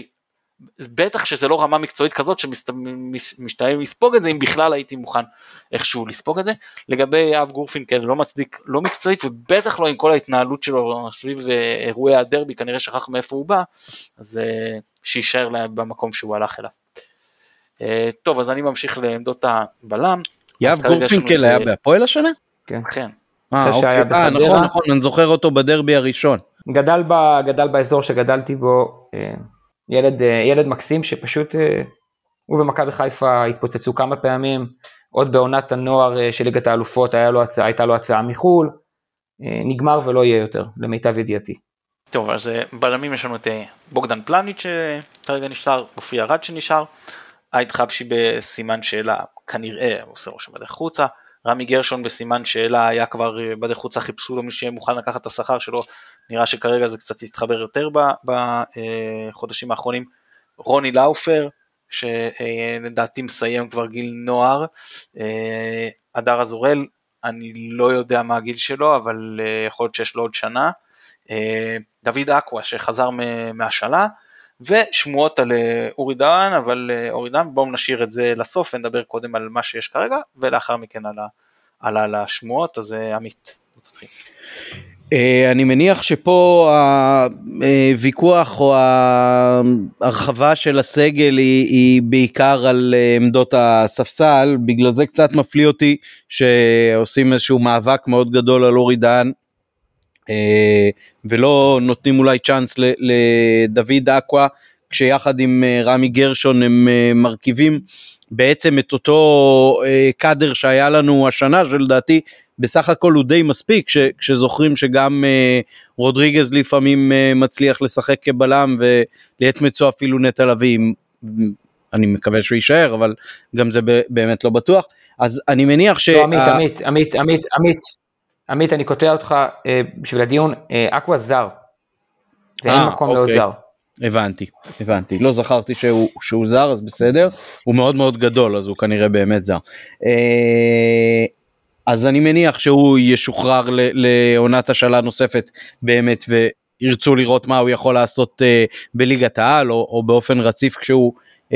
בטח שזה לא רמה מקצועית כזאת שמשתלם לספוג את זה, אם בכלל הייתי מוכן איכשהו לספוג את זה. לגבי אב גורפין, כן, לא מצדיק, לא מקצועית, ובטח לא עם כל ההתנהלות שלו סביב אירועי הדרבי, כנראה שכח מאיפה הוא בא, אז שישאר במקום שהוא הלך אליו. טוב, אז אני ממשיך לעמדות הבלם. יאב גורפינקל היה בהפועל השנה? כן. כן. נכון, אני זוכר אותו בדרבי הראשון. גדל באזור שגדלתי בו, ילד מקסים שפשוט הוא ומכבי חיפה התפוצצו כמה פעמים, עוד בעונת הנוער של ליגת האלופות הייתה לו הצעה מחול, נגמר ולא יהיה יותר, למיטב ידיעתי. טוב, אז בלמים יש לנו את בוגדן פלניץ' שכרגע נשאר, אופי ארד שנשאר, עיד חבשי בסימן שאלה, כנראה עושה ראש בדרך חוצה, רמי גרשון בסימן שאלה, היה כבר בדרך חוצה, חיפשו לו מי שמוכן לקחת את השכר שלו, נראה שכרגע זה קצת יתחבר יותר בחודשים האחרונים. רוני לאופר, שלדעתי מסיים כבר גיל נוער, הדר אזורל, אני לא יודע מה הגיל שלו, אבל יכול להיות שיש לו עוד שנה, דוד אקווה שחזר מהשאלה, ושמועות על אורי דהן, אבל אורי דהן, בואו נשאיר את זה לסוף, ונדבר קודם על מה שיש כרגע, ולאחר מכן על השמועות, אז עמית, תתחיל. אני מניח שפה הוויכוח או ההרחבה של הסגל היא בעיקר על עמדות הספסל, בגלל זה קצת מפליא אותי שעושים איזשהו מאבק מאוד גדול על אורי דהן, ולא נותנים אולי צ'אנס לדוד אקווה, כשיחד עם רמי גרשון הם מרכיבים בעצם את אותו קאדר שהיה לנו השנה, שלדעתי בסך הכל הוא די מספיק, כשזוכרים שגם רודריגז לפעמים מצליח לשחק כבלם, ולעת מצוא אפילו נטע לביא, אני מקווה שהוא יישאר, אבל גם זה באמת לא בטוח. אז אני מניח ש... לא, עמית, עמית, אני קוטע אותך בשביל הדיון, אקווה זר, ואין מקום לעוד זר. הבנתי, לא זכרתי שהוא זר, אז בסדר, הוא מאוד מאוד גדול, אז הוא כנראה באמת זר. אז אני מניח שהוא ישוחרר לעונת השאלה נוספת באמת, וירצו לראות מה הוא יכול לעשות בליגת העל, או באופן רציף כשהוא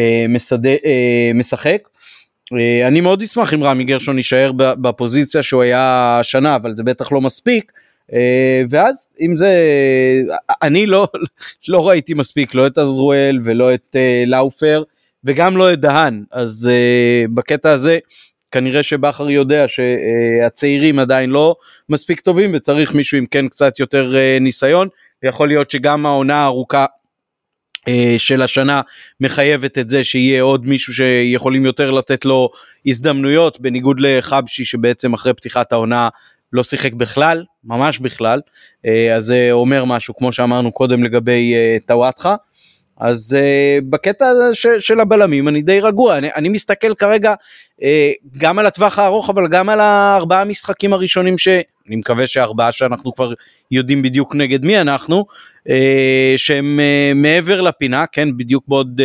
משחק. אני מאוד אשמח אם רמי גרשון יישאר בפוזיציה שהוא היה השנה, אבל זה בטח לא מספיק, ואז אם זה, אני לא ראיתי מספיק, לא את עזרואל ולא את לאופר, וגם לא את דהן, אז בקטע הזה, כנראה שבחר יודע שהצעירים עדיין לא מספיק טובים, וצריך מישהו עם כן קצת יותר ניסיון, ויכול להיות שגם העונה הארוכה של השנה מחייבת את זה שיהיה עוד מישהו שיכולים יותר לתת לו הזדמנויות, בניגוד לחבשי שבעצם אחרי פתיחת העונה לא שיחק בכלל, ממש בכלל, אז זה אומר משהו כמו שאמרנו קודם לגבי טוואטחה. אז בקטע של הבלמים אני די רגוע, אני מסתכל כרגע גם על הטווח הארוך, אבל גם על 4 משחקים הראשונים אני מקווה ש4 שאנחנו כבר יודעים בדיוק נגד מי אנחנו, שהם מעבר לפינה, כן, בדיוק בעוד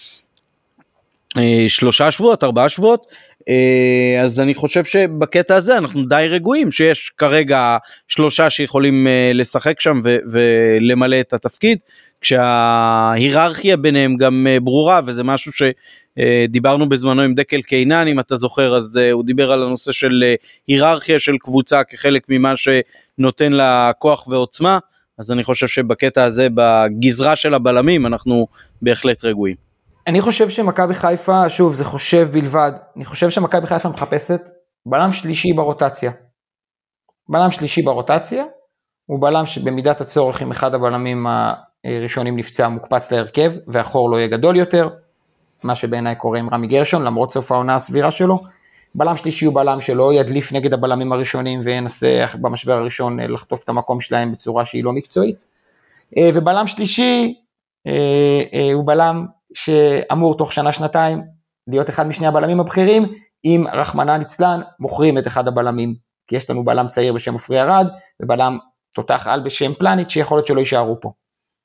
3 שבועות, 4 שבועות, אז אני חושב שבקטע הזה אנחנו די רגועים, שיש כרגע 3 שיכולים לשחק שם ולמלא את התפקיד, כשההיררכיה ביניהם גם ברורה, וזה משהו שדיברנו בזמנו עם דקל קיינן, אם אתה זוכר, אז הוא דיבר על הנושא של היררכיה של קבוצה כחלק ממה שנותן לה כוח ועוצמה, אז אני חושב שבקטע הזה, בגזרה של הבלמים, אנחנו בהחלט רגועים. אני חושב שמכבי חיפה, שוב, זה חושב בלבד, אני חושב שמכבי חיפה מחפשת בלם שלישי ברוטציה. בלם שלישי ברוטציה, הוא בלם שבמידת הצורך עם אחד הבלמים הראשונים נפצע מוקפץ להרכב, והחור לא יהיה גדול יותר, מה שבעיניי קורה עם רמי גרשון, למרות סוף העונה הסבירה שלו. בלם שלישי הוא בלם שלא ידליף נגד הבלמים הראשונים, וינסה במשבר הראשון לחטוף את המקום שלהם בצורה שהיא לא מקצועית. ובלם שלישי הוא בלם שאמור תוך שנה-שנתיים להיות אחד משני הבלמים הבכירים, אם רחמנא ליצלן מוכרים את אחד הבלמים, כי יש לנו בלם צעיר בשם עופרי ארד, ובלם תותח על בשם פלניץ' שיכול להיות שלא יישארו פה.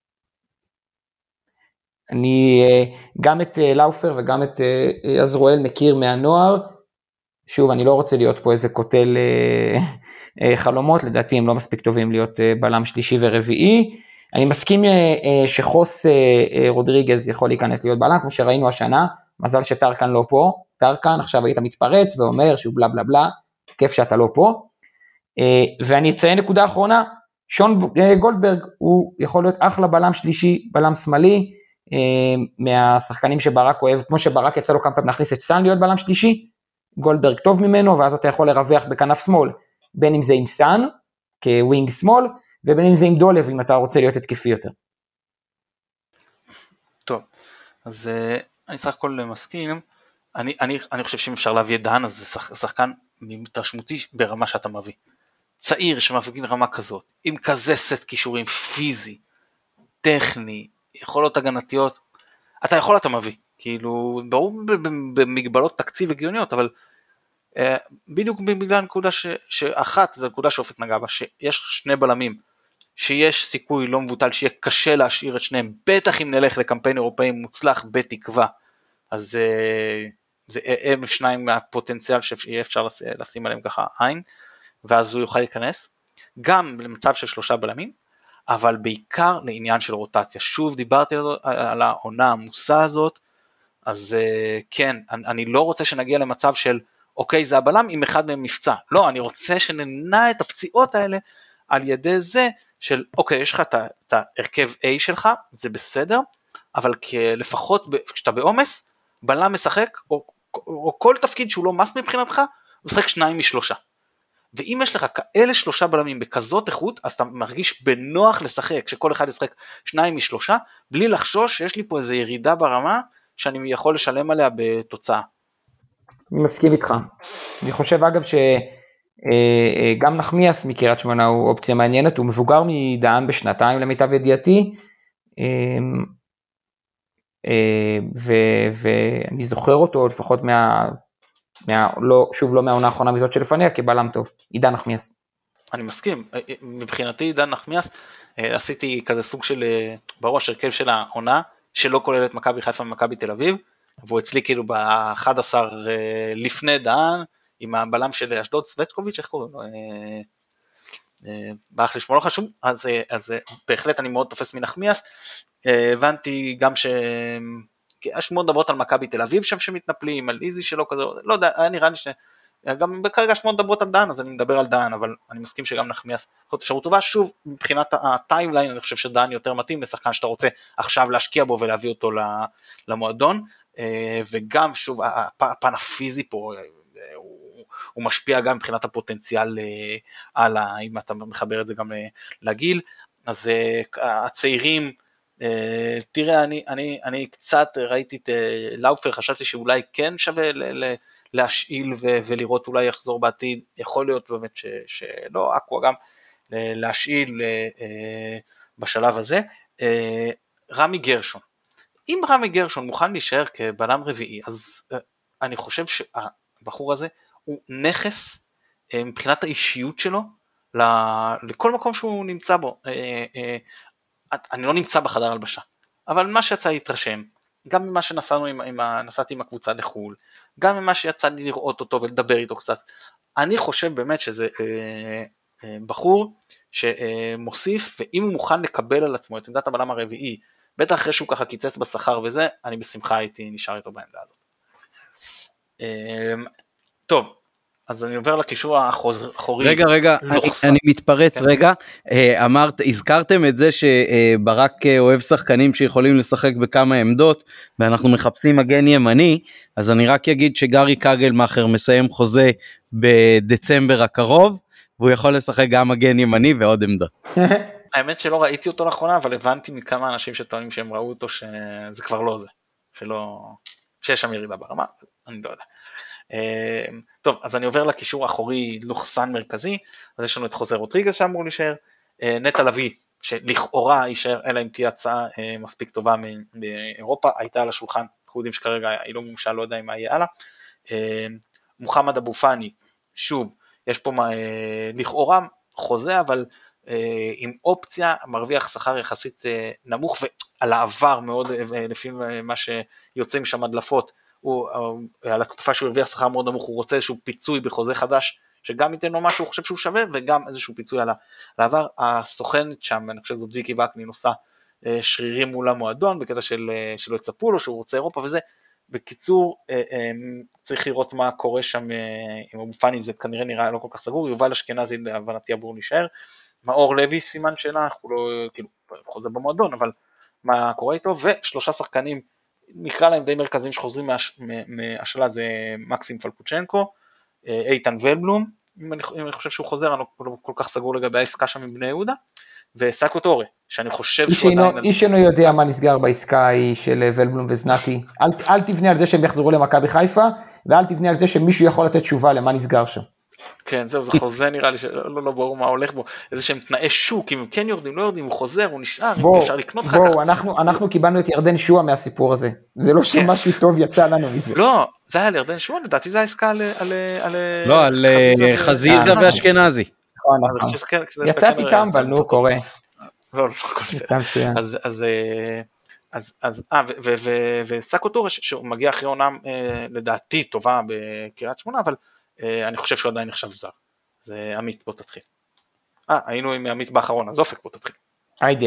אני גם את לאופר וגם את עזרואל מכיר מהנוער, שוב אני לא רוצה להיות פה איזה קוטל חלומות, לדעתי הם לא מספיק טובים להיות בלם שלישי ורביעי, אני מסכים שחוס רודריגז יכול להיכנס להיות בלם, כמו שראינו השנה, מזל שטרקן לא פה, טרקן עכשיו היית מתפרץ ואומר שהוא בלה בלה בלה, כיף שאתה לא פה, ואני אציין נקודה אחרונה, שון גולדברג הוא יכול להיות אחלה בלם שלישי, בלם שמאלי, מהשחקנים שברק אוהב, כמו שברק יצא לו כמה פעמים להכניס את סאן להיות בלם שלישי, גולדברג טוב ממנו, ואז אתה יכול לרווח בכנף שמאל, בין אם זה עם סאן, כווינג שמאל, ובין אם זה עם דולב, אם אתה רוצה להיות התקפי יותר. טוב, אז אני סך הכל מסכים, אני חושב שאם אפשר להביא את דהן, אז זה שחקן מתרשמותי ברמה שאתה מביא. צעיר שמביא רמה כזאת, עם כזה סט קישורים פיזי, טכני, יכולות הגנתיות, אתה מביא, כאילו, ברור במגבלות תקציב הגיוניות, אבל בדיוק בגלל הנקודה שאחת, זו הנקודה שאופק נגע בה, שיש 2 בלמים, שיש סיכוי לא מבוטל, שיהיה קשה להשאיר את שניהם, בטח אם נלך לקמפיין אירופאי מוצלח בתקווה, אז הם 2 מהפוטנציאל שיהיה אפשר לשים עליהם ככה עין, ואז הוא יוכל להיכנס, גם למצב של 3 בלמים, אבל בעיקר לעניין של רוטציה. שוב דיברתי על העונה המוסה הזאת, אז כן, אני לא רוצה שנגיע למצב של, אוקיי, זה הבלם עם אחד מהם נפצע. לא, אני רוצה שנמנע את הפציעות האלה, על ידי זה של, אוקיי, יש לך את ההרכב A שלך, זה בסדר, אבל לפחות כשאתה בעומס, בלם משחק, או כל תפקיד שהוא לא מס מבחינתך, הוא משחק 2 מ-3. ואם יש לך כאלה 3 בלמים בכזאת איכות, אז אתה מרגיש בנוח לשחק, שכל אחד ישחק 2 מ-3, בלי לחשוש שיש לי פה איזו ירידה ברמה, שאני יכול לשלם עליה בתוצאה. אני מסכים איתך. אני חושב אגב שגם נחמיאס מקריית שמונה הוא אופציה מעניינת, הוא מבוגר מדהן בשנתיים למיטב ידיעתי, ואני זוכר אותו לפחות שוב לא מהעונה האחרונה מזאת שלפניה, כבלם טוב, עידן נחמיאס. אני מסכים, מבחינתי דן נחמיאס, עשיתי כזה סוג של בראש הרכב של העונה, שלא כולל את מכבי חיפה ומכבי תל אביב, והוא אצלי כאילו ב-11 לפני דן, עם הבלם של אשדוד, סווטקוביץ', איך קוראים לו? באח לשמו לא חשוב, אז בהחלט אני מאוד תופס מנחמיאס, הבנתי גם יש מאוד דברות על מכבי תל אביב שם שמתנפלים, על איזי שלא כזה, לא יודע, היה נראה לי גם כרגע יש מאוד דברות על דן, אז אני מדבר על דן, אבל אני מסכים שגם נחמיאס יכול להיות אפשרות טובה, שוב, מבחינת הטיימליין, אני חושב שדן יותר מתאים לשחקן שאתה רוצה עכשיו להשקיע בו ולהביא אותו למועדון, וגם שוב, הפן הפיזי פה, הוא משפיע גם מבחינת הפוטנציאל אם אתה מחבר את זה גם לגיל, אז הצעירים, תראה, אני קצת ראיתי את לאופר, חשבתי שאולי כן שווה להשאיל ולראות אולי יחזור בעתיד, יכול להיות באמת שלא, אקווה גם להשאיל בשלב הזה. רמי גרשון, אם רמי גרשון מוכן להישאר כבלם רביעי, אז אני חושב שהבחור הזה הוא נכס מבחינת האישיות שלו, לכל מקום שהוא נמצא בו. אני לא נמצא בחדר הלבשה, אבל מה שיצא להתרשם, גם ממה שנסעתי עם הקבוצה לחול, גם ממה שיצא לי לראות אותו ולדבר איתו קצת, אני חושב באמת שזה בחור שמוסיף, ואם הוא מוכן לקבל על עצמו את עמדת הבלם הרביעי, בטח אחרי שהוא ככה קיצץ בשכר וזה, אני בשמחה הייתי נשאר איתו בעמדה הזאת. טוב, אז אני עובר לקישור האחורי. רגע, אני מתפרץ רגע, הזכרתם את זה שברק אוהב שחקנים שיכולים לשחק בכמה עמדות, ואנחנו מחפשים מגן ימני, אז אני רק אגיד שגרי קגלמאכר מסיים חוזה בדצמבר הקרוב, והוא יכול לשחק גם מגן ימני ועוד עמדות. האמת שלא ראיתי אותו לאחרונה, אבל הבנתי מכמה אנשים שטוענים שהם ראו אותו, שזה כבר לא זה, שיש שם ירידה ברמה, אני לא יודע. טוב, אז אני עובר לקישור האחורי לוחסן מרכזי, אז יש לנו את חוזה רוטריגס שאמור להישאר, נטע לביא שלכאורה יישאר, אלא אם תהיה הצעה מספיק טובה מאירופה, הייתה על השולחן, אנחנו יודעים שכרגע היא לא מומשה, לא יודע מה יהיה הלאה, מוחמד אבו פאני, שוב, יש פה לכאורה חוזה, אבל עם אופציה, מרוויח שכר יחסית נמוך, ועל העבר מאוד, לפי מה שיוצאים שם הדלפות, על התקופה שהוא הרוויח שכר מאוד נמוך, הוא רוצה איזשהו פיצוי בחוזה חדש, שגם ייתן לו משהו, הוא חושב שהוא שווה, וגם איזשהו פיצוי על העבר. הסוכנת שם, אני חושב זאת ויקי וקנין, עושה שרירים מול המועדון, בקטע שלא יצפו לו, שהוא רוצה אירופה וזה. בקיצור, צריך לראות מה קורה שם עם אבו פאני, זה כנראה נראה לא כל כך סגור, יובל אשכנזי להבנתי אמור להישאר, מאור לוי סימן שאלה, אנחנו לא, כאילו, חוזה במועדון, אבל מה קורה איתו, ושלושה שחקנים, נקרא להם די מרכזיים שחוזרים מהשאלה, זה מקסים פלקוצ'נקו, איתן ולבלום, אם אני חושב שהוא חוזר, אני לא כל כך סגור לגבי העסקה שם עם בני יהודה, וסאקו טורה, שאני חושב שהוא עדיין... איש אינו יודע מה נסגר בעסקה היא של ולבלום וזנתי, אל תבנה על זה שהם יחזרו למכבי חיפה, ואל תבנה על זה שמישהו יכול לתת תשובה למה נסגר שם. כן, זהו, זה חוזה נראה לי שלא ברור מה הולך בו, איזה שהם תנאי שוק, אם הם כן יורדים, לא יורדים, הוא חוזר, הוא נשאר, אם אפשר לקנות אחר כך. בואו, אנחנו קיבלנו את ירדן שועה מהסיפור הזה, זה לא שמשהו טוב יצא לנו מזה. לא, זה היה לירדן שועה, לדעתי זה העסקה על חזיזה ואשכנזי. יצאתי טמבל, נו, קורה. לא, וסאקו טורה, שהוא מגיע אחרי עונה, לדעתי טובה בקריית שמונה, אבל אני חושב שהוא עדיין נחשב זר. זה עמית, בוא תתחיל. היינו עם עמית באחרון, אז אופק, בוא תתחיל. היידה.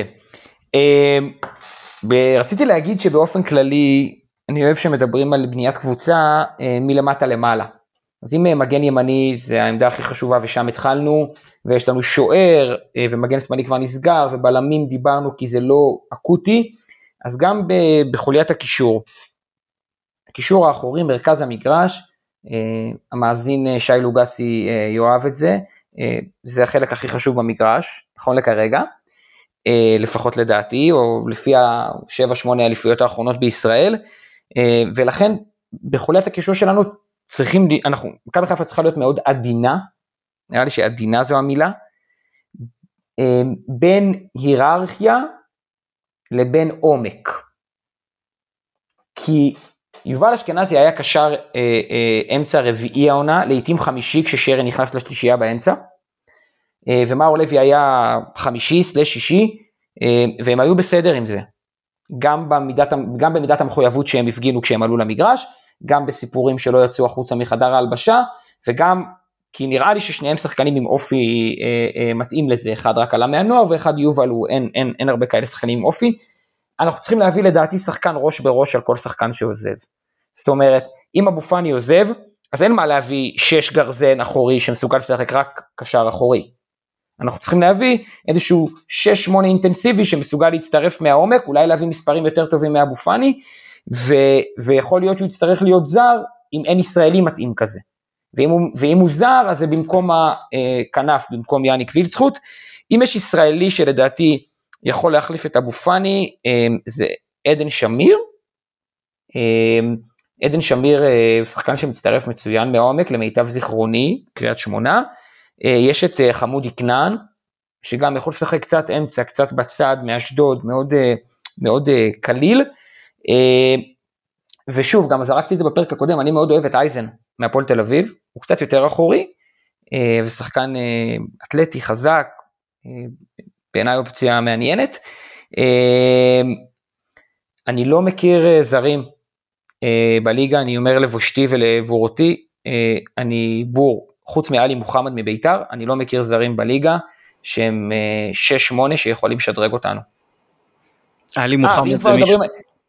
רציתי להגיד שבאופן כללי, אני אוהב שמדברים על בניית קבוצה מלמטה למעלה. אז אם מגן ימני זה העמדה הכי חשובה ושם התחלנו, ויש לנו שוער ומגן שמאלי כבר נסגר, ובלמים דיברנו כי זה לא אקוטי, אז גם בחוליית הקישור, הקישור האחורי, מרכז המגרש, המאזין שי לוגסי יאהב את זה, זה החלק הכי חשוב במגרש, נכון לכרגע, לפחות לדעתי, או לפי 7-8 האליפויות האחרונות בישראל, ולכן בחוליית הקישור שלנו צריכים, מכבי חיפה צריכה להיות מאוד עדינה, נראה לי שעדינה זו המילה, בין היררכיה לבין עומק, כי יובל אשכנזי היה קשר אמצע רביעי העונה, לעתים חמישי כששרי נכנס לשלישייה באמצע, ומאור לוי היה 5/6, והם היו בסדר עם זה, גם במידת המחויבות שהם הפגינו כשהם עלו למגרש, גם בסיפורים שלא יצאו החוצה מחדר ההלבשה, וגם כי נראה לי ששניהם שחקנים עם אופי מתאים לזה, אחד רק עלה מהנוער ואחד יובל, אין הרבה כאלה שחקנים עם אופי, אנחנו צריכים להביא לדעתי שחקן ראש בראש על כל שחקן שעוזב, זאת אומרת, אם אבו פאני עוזב, אז אין מה להביא 6 גרזן אחורי שמסוגל לשחק רק קשר אחורי, אנחנו צריכים להביא איזשהו 6-8 אינטנסיבי שמסוגל להצטרף מהעומק, אולי להביא מספרים יותר טובים מאבו פאני, ויכול להיות שהוא יצטרך להיות זר, אם אין ישראלי מתאים כזה, ואם הוא זר, אז זה במקום הכנף, במקום יאניק וילצחוט, אם יש ישראלי שלדעתי יכול להחליף את אבו פאני, זה עדן שמיר, עדן שמיר הוא שחקן שמצטרף מצוין מהעומק, למיטב זיכרוני, קריית שמונה, יש את חמודי כנען, שגם יכול לשחק קצת אמצע, קצת בצד, מאשדוד, מאוד, מאוד קליל, ושוב, גם זרקתי את זה בפרק הקודם, אני מאוד אוהב את אייזן, מהפועל תל אביב, הוא קצת יותר אחורי, ושחקן אתלטי חזק, בעיניי אופציה מעניינת, אני לא מכיר זרים בליגה, אני אומר לבושתי ולבורותי, אני בור, חוץ מאלי מוחמד מביתר, אני לא מכיר זרים בליגה, שהם 6-8 שיכולים לשדרג אותנו. אלי מוחמד זה מישהו.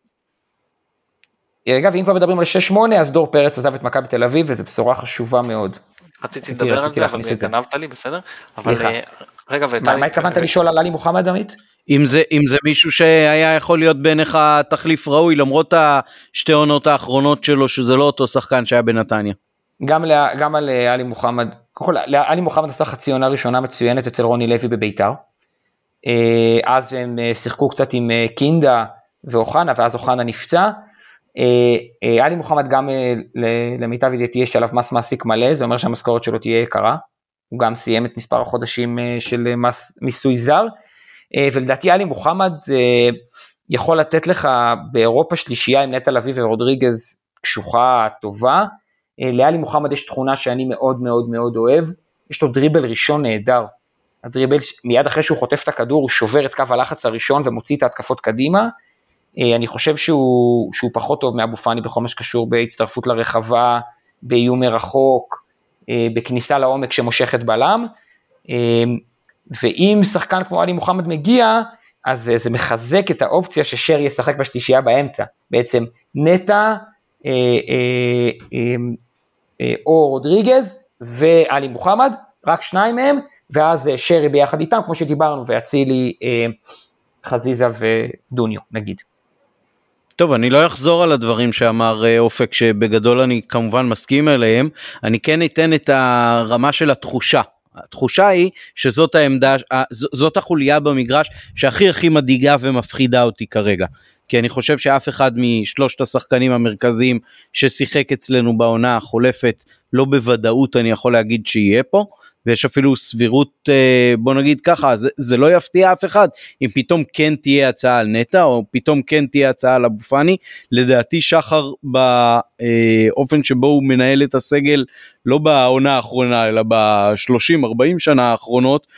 רגע, ואם כבר מדברים על 6-8, אז דור פרץ עזב את מכבי תל אביב, וזו בשורה חשובה מאוד. רציתי לדבר על זה, אבל גנבת לי, בסדר? סליחה. רגע, מה התכוונת לשאול על אלי מוחמד, עמית? אם זה מישהו שהיה יכול להיות בעיניך תחליף ראוי, למרות השתי עונות האחרונות שלו, שזה לא אותו שחקן שהיה בנתניה. גם על אלי מוחמד, קודם כל, אלי מוחמד עשה חצי עונה ראשונה מצוינת אצל רוני לוי בביתר, אז הם שיחקו קצת עם קינדה ואוחנה, ואז אוחנה נפצע, אלי מוחמד גם למיטב ידיעתי יש עליו מס מעסיק מלא, זה אומר שהמשכורת שלו תהיה יקרה, הוא גם סיים את מספר החודשים של מיסוי זר, ולדעתי אלי מוחמד יכול לתת לך באירופה שלישייה עם נטע לביא ורודריגז קשוחה טובה, לאלי מוחמד יש תכונה שאני מאוד מאוד מאוד אוהב, יש לו דריבל ראשון נהדר, הדריבל מיד אחרי שהוא חוטף את הכדור, הוא שובר את קו הלחץ הראשון ומוציא את ההתקפות קדימה, אני חושב שהוא פחות טוב מאבו פאני בכל מה שקשור בהצטרפות לרחבה, באיום מרחוק, בכניסה לעומק שמושכת בלם, ואם שחקן כמו אלי מוחמד מגיע, אז זה מחזק את האופציה ששר ישחק בשלישייה באמצע, בעצם נטע, או רודריגז ואלי מוחמד, רק שניים מהם, ואז שרי ביחד איתם, כמו שדיברנו, והצילי חזיזה ודוניו, נגיד. טוב, אני לא אחזור על הדברים שאמר אופק, שבגדול אני כמובן מסכים אליהם, אני כן אתן את הרמה של התחושה. התחושה היא שזאת העמדה, זאת החוליה במגרש שהכי הכי מדאיגה ומפחידה אותי כרגע. כי אני חושב שאף אחד משלושת השחקנים המרכזיים ששיחק אצלנו בעונה החולפת, לא בוודאות אני יכול להגיד שיהיה פה, ויש אפילו סבירות, בוא נגיד ככה, זה לא יפתיע אף אחד, אם פתאום כן תהיה הצעה על נטע, או פתאום כן תהיה הצעה על אבו פאני, לדעתי שחר באופן שבו הוא מנהל את הסגל, לא בעונה האחרונה, אלא ב-30-40 שנה האחרונות,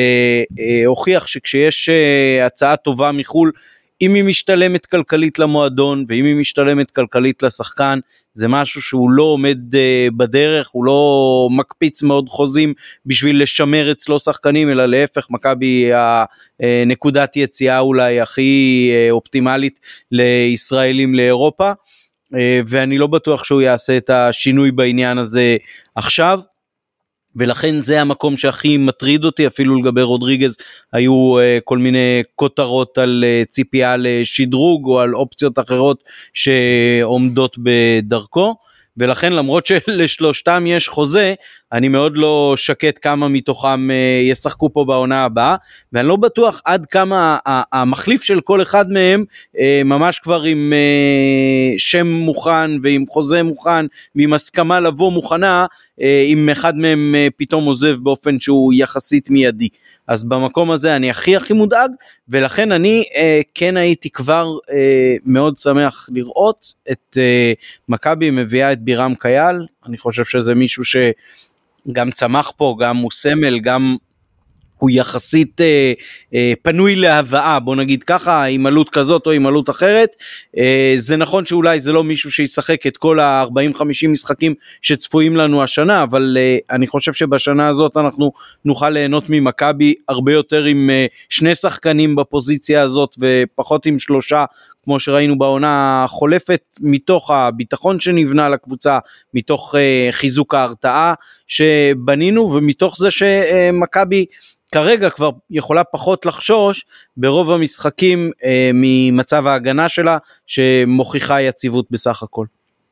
הוכיח שכשיש הצעה טובה מחול, אם היא משתלמת כלכלית למועדון, ואם היא משתלמת כלכלית לשחקן, זה משהו שהוא לא עומד בדרך, הוא לא מקפיץ מאוד חוזים, בשביל לשמר אצלו שחקנים, אלא להפך, מכבי הנקודת יציאה אולי הכי אופטימלית לישראלים לאירופה, ואני לא בטוח שהוא יעשה את השינוי בעניין הזה עכשיו, ולכן זה המקום שהכי מטריד אותי, אפילו לגבי רודריגז היו כל מיני כותרות על ציפייה לשדרוג או על אופציות אחרות שעומדות בדרכו, ולכן למרות שלשלושתם יש חוזה, אני מאוד לא שקט כמה מתוכם ישחקו פה בעונה הבאה, ואני לא בטוח עד כמה המחליף של כל אחד מהם, ממש כבר עם שם מוכן ועם חוזה מוכן, ועם הסכמה לבוא מוכנה, אם אחד מהם פתאום עוזב באופן שהוא יחסית מיידי. אז במקום הזה אני הכי מודאג, ולכן אני כן הייתי כבר מאוד שמח לראות את מכבי מביאה את בירם קייל, אני חושב שזה מישהו שגם צמח פה, גם הוא סמל, גם הוא יחסית פנוי להבאה, בוא נגיד ככה, עם עלות כזאת או עם עלות אחרת. זה נכון שאולי זה לא מישהו שישחק את כל ה-40-50 משחקים שצפויים לנו השנה, אבל אני חושב שבשנה הזאת אנחנו נוכל ליהנות ממכבי הרבה יותר עם שני שחקנים בפוזיציה הזאת, ופחות עם שלושה, כמו שראינו בעונה החולפת, מתוך הביטחון שנבנה לקבוצה, מתוך חיזוק ההרתעה שבנינו, ומתוך זה שמכבי כרגע כבר יכולה פחות לחשוש ברוב המשחקים ממצב ההגנה שלה, שמוכיחה יציבות בסך הכל.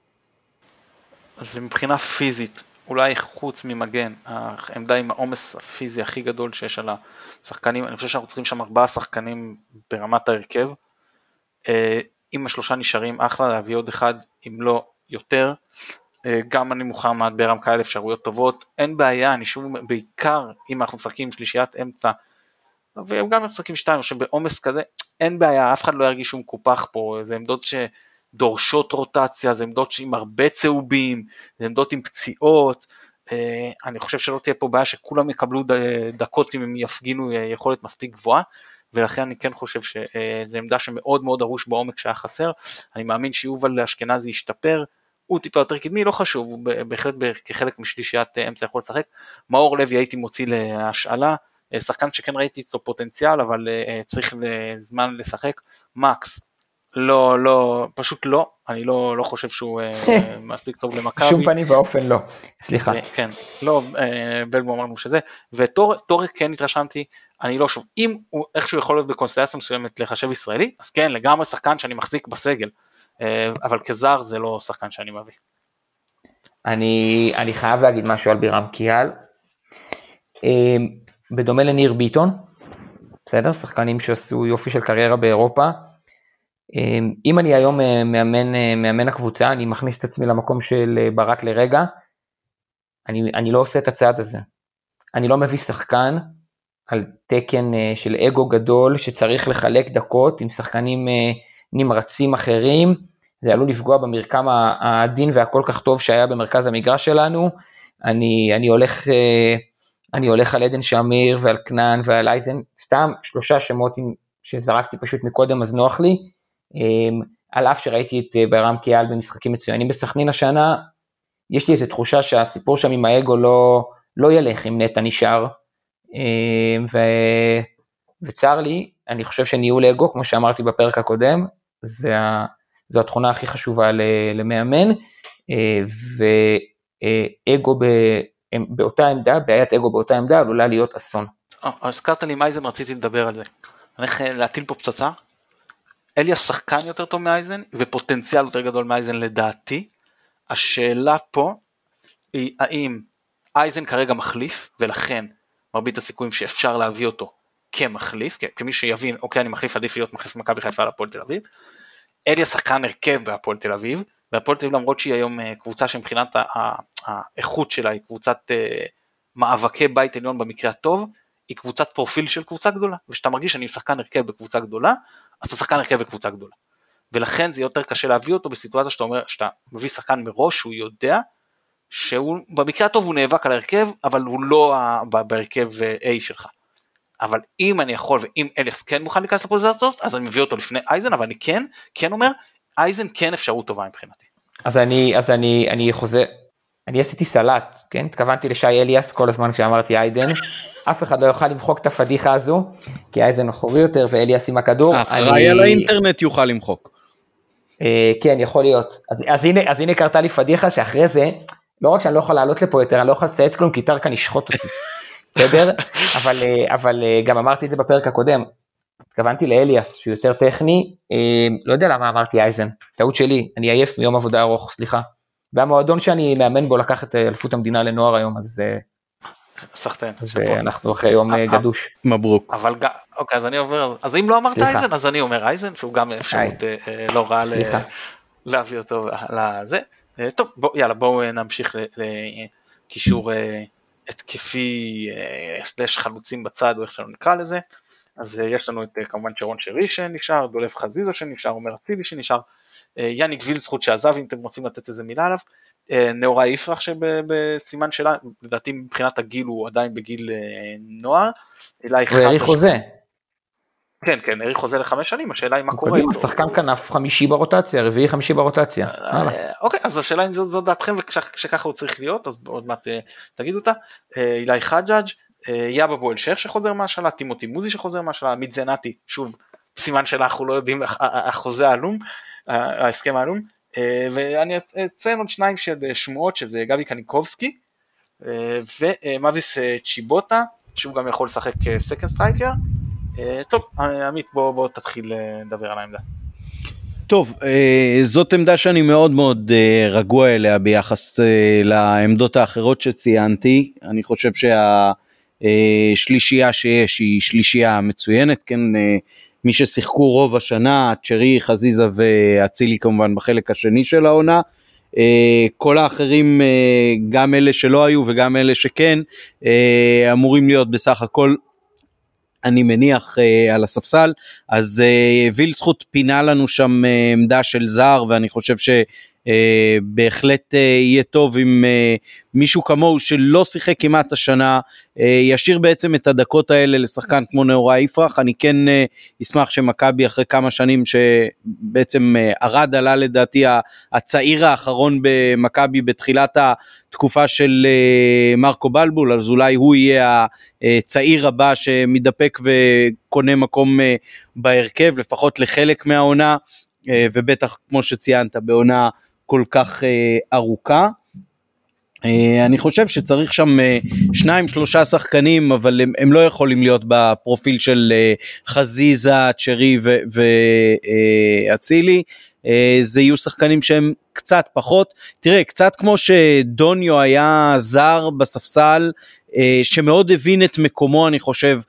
אז מבחינה פיזית, אולי חוץ ממגן, העמדה עם העומס הפיזי הכי גדול שיש על השחקנים, אני חושב שאנחנו צריכים שם 4 שחקנים ברמת ההרכב, אם השלושה נשארים אחלה, להביא עוד אחד, אם לא יותר, גם אני מוחמד ברם כאלה אפשרויות טובות, אין בעיה, אני שוב, בעיקר אם אנחנו משחקים עם שלישיית אמצע, והם גם משחקים 2, שבעומס כזה, אין בעיה, אף אחד לא ירגיש שום קופח פה, זה עמדות שדורשות רוטציה, זה עמדות עם הרבה צהובים, זה עמדות עם פציעות, אני חושב שלא תהיה פה בעיה שכולם יקבלו דקות אם הם יפגינו יכולת מספיק גבוהה, ולכן אני כן חושב שזו עמדה שמאוד מאוד ארוש בעומק שהיה חסר, אני מאמין שיובל אשכנזי ישתפר, הוא טיפה יותר קדמי, לא חשוב, הוא בהחלט כחלק משלישיית אמצע יכול לשחק, מאור לוי הייתי מוציא להשאלה, שחקן שכן ראיתי אצלו פוטנציאל, אבל צריך זמן לשחק, מקס, לא, פשוט לא, אני לא חושב שהוא מספיק טוב למכבי. שום פנים ואופן לא, סליחה. כן, לא, בלבו אמרנו שזה, וטורק כן התרשמתי, אני לא שוב, אם הוא איכשהו יכול להיות בקונסטלציה מסוימת לחשב ישראלי, אז כן, לגמרי שחקן שאני מחזיק בסגל, אבל כזר זה לא שחקן שאני מביא. אני חייב להגיד משהו על בירם קיאל, בדומה לניר ביטון, בסדר? שחקנים שעשו יופי של קריירה באירופה, אם אני היום מאמן הקבוצה, אני מכניס את עצמי למקום של ברק לרגע, אני לא עושה את הצעד הזה, אני לא מביא שחקן על תקן של אגו גדול, שצריך לחלק דקות עם שחקנים נמרצים אחרים, זה עלול לפגוע במרקם העדין והכל כך טוב שהיה במרכז המגרש שלנו, אני הולך על עדן שמיר ועל כנען ועל אייזן, סתם 3 שמות שזרקתי פשוט מקודם, אז נוח לי, על אף שראיתי את בירם קיאל במשחקים מצוינים בסכנין השנה, יש לי איזו תחושה שהסיפור שם עם האגו לא ילך אם נטע נשאר, וצר לי, אני חושב שניהול אגו, כמו שאמרתי בפרק הקודם, זו התכונה הכי חשובה למאמן, ואגו באותה עמדה, בעיית אגו באותה עמדה, עלולה להיות אסון. הזכרת לי מאייזן, רציתי לדבר על זה. אני הולך להטיל פה פצצה, אליאס שחקן יותר טוב מאייזן, ופוטנציאל יותר גדול מאייזן לדעתי, השאלה פה, היא האם אייזן כרגע מחליף, ולכן מרבית הסיכויים שאפשר להביא אותו כמחליף, כמי שיבין, אוקיי, אני מחליף, עדיף להיות מחליף מכבי חיפה להפועל תל אביב, אליאס שחקן הרכב בהפועל תל אביב, והפועל תל אביב למרות שהיא היום קבוצה שמבחינת האיכות שלה, היא קבוצת מאבקי בית עליון במקרה הטוב, היא קבוצת פרופיל של קבוצה גדולה, ושאתה מרגיש שאני שחקן הרכב בקבוצה גדולה, אז אתה שחקן הרכב בקבוצה גדולה, ולכן זה יותר קשה להביא אותו בסיטואציה שאתה אומר, שאתה מביא שחקן מראש, שהוא יודע, שהוא במקרה הטוב הוא נאבק על הרכב, אבל הוא לא בהרכב A שלך, אבל אם אני יכול, ואם אליאס כן מוכן להיכנס לפוזיציה הזאת, אז אני מביא אותו לפני אייזן, אבל אני כן אומר, אייזן כן אפשרות טובה מבחינתי. אז אני חוזר, אני עשיתי סלט, כן? התכוונתי לשי אליאס כל הזמן כשאמרתי איידן, אף אחד לא יוכל למחוק את הפדיחה הזו, כי אייזן אחורי יותר ואליאס עם הכדור. אחראי על האינטרנט יוכל למחוק. כן, יכול להיות. אז הנה קרתה לי פדיחה שאחרי זה, לא רק שאני לא יכול לעלות לפה יותר, אני לא יכול לצייץ כלום, כי טרקן ישחוט אותי. בסדר? אבל גם אמרתי את זה בפרק הקודם, התכוונתי לאליאס שהוא יותר טכני, לא יודע למה אמרתי אייזן, טעות שלי, אני עייף מיום עבודה ארוך, סליחה. והמועדון שאני מאמן בו לקח את אלפות המדינה לנוער היום, אז אנחנו אחרי יום גדוש. מברוק. אבל אוקיי, אז אני עובר, אז אם לא אמרת אייזן, אז אני אומר אייזן, שהוא גם אפשרות לא רעה להביא אותו לזה. טוב, יאללה, בואו נמשיך לקישור התקפי סלש חלוצים בצד, או איך שלנו נקרא לזה. אז יש לנו את כמובן שרון שרי שנשאר, דולף חזיזה שנשאר, עומר אצילי שנשאר, יניק וילסחוט שעזב, אם אתם רוצים לתת איזה מילה עליו. נאורה יפרח שבסימן שלה, לדעתי מבחינת הגיל הוא עדיין בגיל נוער. הוא העריך חוזה. כן, כן, העריך חוזה ל5 שנים, השאלה היא מה קורה. קדימה, שחקן כנף 5 ברוטציה, 4-5 ברוטציה. אוקיי, אז השאלה אם זו דעתכם וכשככה הוא צריך להיות, אז עוד מעט תגידו אותה. אילי חג'אג', יאבה בו אלשייך שחוזר מהשאלה, טימותי מוזי שחוזר מהשאלה, עמית זנתי, שוב, סימן שלה אנחנו לא יודעים, החוזה העלום, ההסכם העלום, ואני אציין עוד 2 של שמועות, שזה גבי קניקובסקי, ומאביס צ'יבוטה, שהוא גם יכול לשחק סקנד סטרייקר. טוב, עמית, בוא תתחיל לדבר על העמדה. טוב, זאת עמדה שאני מאוד מאוד רגוע אליה ביחס לעמדות האחרות שציינתי. אני חושב שהשלישייה שיש היא שלישייה מצוינת, כן, מי ששיחקו רוב השנה, צ'רי, חזיזה ואצילי כמובן בחלק השני של העונה, כל האחרים, גם אלה שלא היו וגם אלה שכן, אמורים להיות בסך הכל, אני מניח, על הספסל. אז וילצחוט פינה לנו שם עמדה של זר, ואני חושב שבהחלט יהיה טוב אם מישהו כמוהו שלא שיחק כמעט השנה, ישאיר בעצם את הדקות האלה לשחקן כמו נאורה יפרח. אני כן אשמח שמכבי אחרי כמה שנים שבעצם ארד עלה לדעתי הצעיר האחרון במכבי בתחילת התקופה של מרקו בלבול, אז אולי הוא יהיה הצעיר הבא שמדפק וקונה מקום בהרכב, לפחות לחלק מהעונה, ובטח כמו שציינת בעונה כל כך ארוכה. אני חושב שצריך שם 2-3 שחקנים, אבל הם לא יכולים להיות בפרופיל של חזיזה, צ'רי ואצילי. זה יהיו שחקנים שהם קצת פחות. תראה, קצת כמו שדוניו היה זר בספסל, שמאוד הבין את מקומו, אני חושב,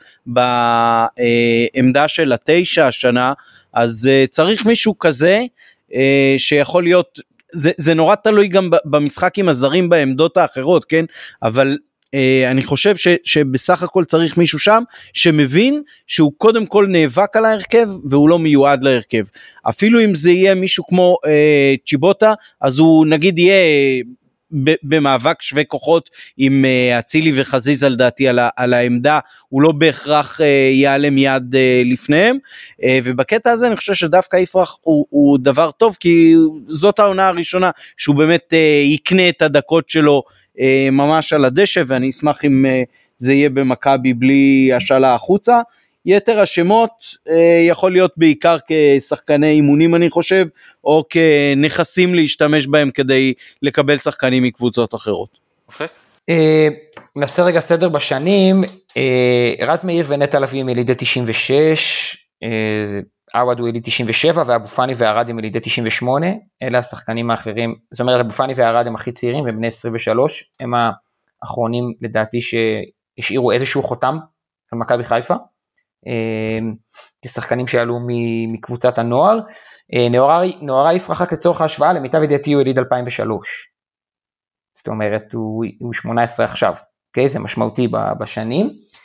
בעמדה של 9 השנה, אז צריך מישהו כזה, שיכול להיות, זה נורא תלוי גם במשחק עם הזרים בעמדות האחרות, כן? אבל אני חושב שבסך הכל צריך מישהו שם שמבין שהוא קודם כל נאבק על ההרכב והוא לא מיועד להרכב. אפילו אם זה יהיה מישהו כמו צ'יבוטה, אז הוא נגיד יהיה במאבק שווה כוחות עם אצילי וחזיזה לדעתי על העמדה, הוא לא בהכרח יעלה מיד לפניהם, ובקטע הזה אני חושב שדווקא יפרח הוא דבר טוב, כי זאת העונה הראשונה שהוא באמת יקנה את הדקות שלו ממש על הדשא, ואני אשמח אם זה יהיה במכבי בלי השאלה החוצה. יתר השמות יכול להיות בעיקר כשחקני אימונים אני חושב, או כנכסים להשתמש בהם כדי לקבל שחקנים מקבוצות אחרות. נעשה רגע סדר בשנים. רז מאיר ונטע לביא הם ילידי 96, עווד הוא יליד 97, ואבו פאני והרד הם ילידי 98, אלה השחקנים האחרים, זאת אומרת אבו פאני והרד הם הכי צעירים, והם בני 23, הם האחרונים לדעתי שהשאירו איזשהו חותם על מכבי חיפה, כשחקנים שעלו מקבוצת הנוער. נאורה יפרח רק לצורך ההשוואה, למיטב ידיעתי הוא יליד 2003, זאת אומרת הוא 18 עכשיו, אוקיי? זה משמעותי בשנים.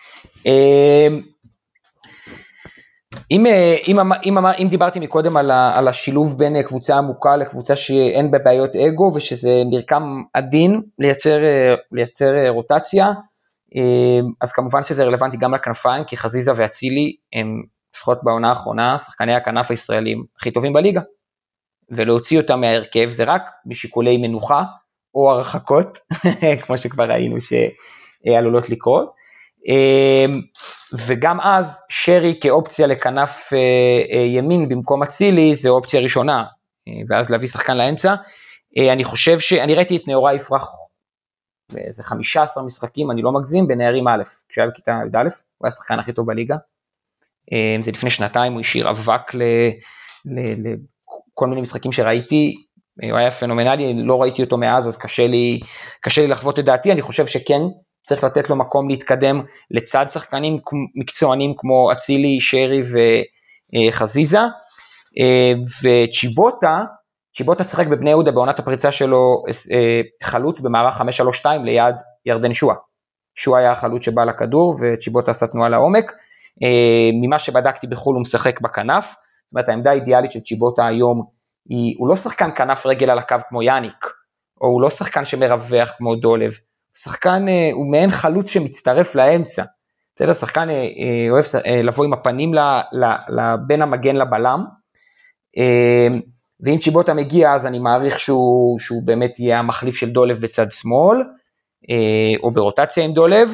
אם דיברתי מקודם על השילוב בין קבוצה עמוקה לקבוצה שאין בבעיות אגו, ושזה מרקם עדין לייצר רוטציה, אז כמובן שזה רלוונטי גם לכנפיים, כי חזיזה ואצילי הם לפחות בעונה האחרונה שחקני הכנף הישראלים הכי טובים בליגה, ולהוציא אותם מההרכב זה רק משיקולי מנוחה או הרחקות, כמו שכבר ראינו שעלולות לקרות, וגם אז שרי כאופציה לכנף ימין במקום אצילי זה אופציה ראשונה, ואז להביא שחקן לאמצע. אני חושב שאני ראיתי את נאורה יפרח באיזה 15 משחקים, אני לא מגזים, בנערים א', כשהיה בכיתה י"א, הוא היה השחקן הכי טוב בליגה, זה לפני 2 הוא השאיר אבק לכל מיני משחקים שראיתי, הוא היה פנומנלי, לא ראיתי אותו מאז, אז קשה לי לחוות את דעתי. אני חושב שכן, צריך לתת לו מקום להתקדם לצד שחקנים מקצוענים כמו אצילי, שרי וחזיזה, וצ'יבוטה שחק בבני יהודה בעונת הפריצה שלו חלוץ במערך 5-3-2 ליד ירדן שואה. שואה היה החלוץ שבא לכדור וצ'יבוטה עשה תנועה לעומק. ממה שבדקתי בחול הוא משחק בכנף, זאת אומרת העמדה האידיאלית של צ'יבוטה היום הוא לא שחקן כנף רגל על הקו כמו יאניק, או הוא לא שחקן שמרווח כמו דולב, שחקן, הוא מעין חלוץ שמצטרף לאמצע, בסדר, שחקן אוהב לבוא עם הפנים בין המגן לבלם, ואם צ'יבוטה מגיע, אז אני מעריך שהוא באמת יהיה המחליף של דולב בצד שמאל, או ברוטציה עם דולב,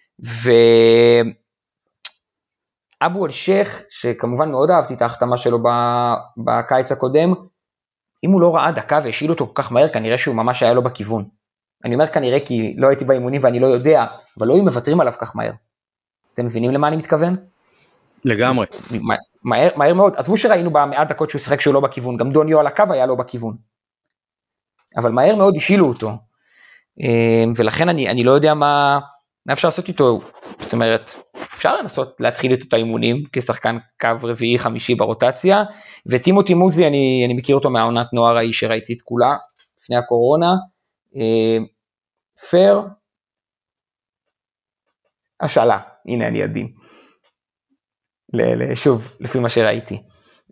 ואבו אל-שייח, שכמובן מאוד אהבתי את ההחתמה שלו בקיץ הקודם, אם הוא לא ראה דקה והשאיל אותו כל כך מהר, כנראה שהוא ממש היה לו בכיוון. אני אומר כנראה כי לא הייתי באימונים ואני לא יודע, אבל לא היו מוותרים עליו כך מהר. אתם מבינים למה אני מתכוון? לגמרי. מהר מאוד, עזבו שראינו במעט דקות שהוא שחק שהוא לא בכיוון, גם דוניו על הקו היה לא בכיוון. אבל מהר מאוד השאילו אותו, ולכן אני לא יודע מה אפשר לעשות איתו, זאת אומרת, אפשר לנסות להתחיל את האימונים, כשחקן קו רביעי חמישי ברוטציה, וטימותי מוזי אני מכיר אותו מהעונת נוער ההיא שראיתי את כולה, לפני הקורונה, פייר, השאלה, הנה אני עדין, שוב, לפי מה שראיתי.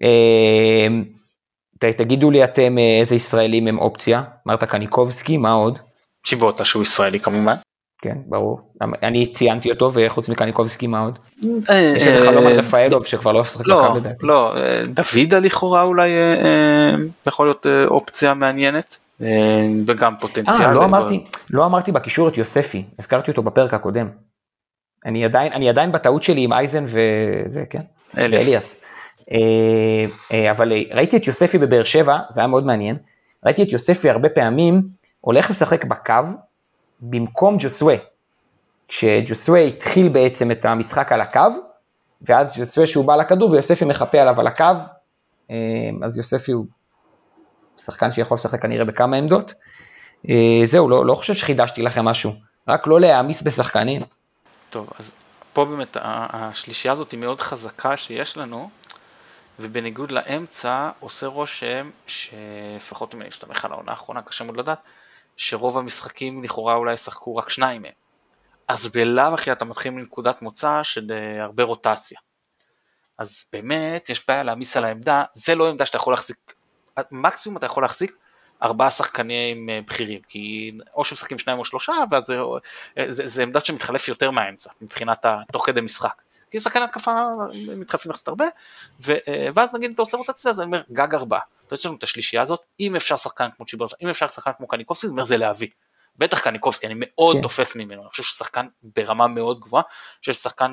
תגידו לי אתם איזה ישראלים הם אופציה, אמרת קניקובסקי, מה עוד? צ'יבוטה שהוא ישראלי כמובן. כן, ברור. אני ציינתי אותו, וחוץ מקניקובסקי מה עוד? יש איזה חלום על רפאלוב שכבר לא שחק בקו לדעתי. לא, דוידה לכאורה אולי יכול להיות אופציה מעניינת, וגם פוטנציאל. לא אמרתי בקישור את יוספי, הזכרתי אותו בפרק הקודם. אני עדיין בטעות שלי עם אייזן וזה, כן? אליאס. אבל ראיתי את יוספי בבאר שבע, זה היה מאוד מעניין, ראיתי את יוספי הרבה פעמים, הולך לשחק בקו, במקום ג'וסווה, כשג'וסווה התחיל בעצם את המשחק על הקו, ואז ג'וסווה שהוא בא לכדור, ויוספי מחפה עליו על הקו, אז יוספי הוא שחקן שיכול לשחק כנראה בכמה עמדות, זהו, לא חושב שחידשתי לכם משהו, רק לא להעמיס בשחקנים. טוב, אז פה באמת השלישייה הזאת היא מאוד חזקה שיש לנו, ובניגוד לאמצע עושה רושם שלפחות אם אני אשתמך על העונה האחרונה, קשה מאוד לדעת, שרוב המשחקים לכאורה אולי ישחקו רק שניים מהם. אז בלאו הכי אתה מתחיל מנקודת מוצא של הרבה רוטציה. אז באמת יש בעיה להעמיס על העמדה, זה לא עמדה שאתה יכול להחזיק, מקסימום אתה יכול להחזיק 4 שחקנים בכירים, כי או שמשחקים 2 או 3, וזה עמדה שמתחלף יותר מהאמצע, מבחינת תוך כדי משחק. כי שחקני התקפה מתחלפים יחסית הרבה, ואז נגיד אתה עושה רוטציה, אז אני אומר גג 4, יש לנו את השלישייה הזאת, אם אפשר שחקן כמו צ'יבוטה, אם אפשר שחקן כמו קניקובסקי, זה אומר זה להביא. בטח קניקובסקי, אני מאוד תופס ממנו, אני חושב ששחקן ברמה מאוד גבוהה, שיש שחקן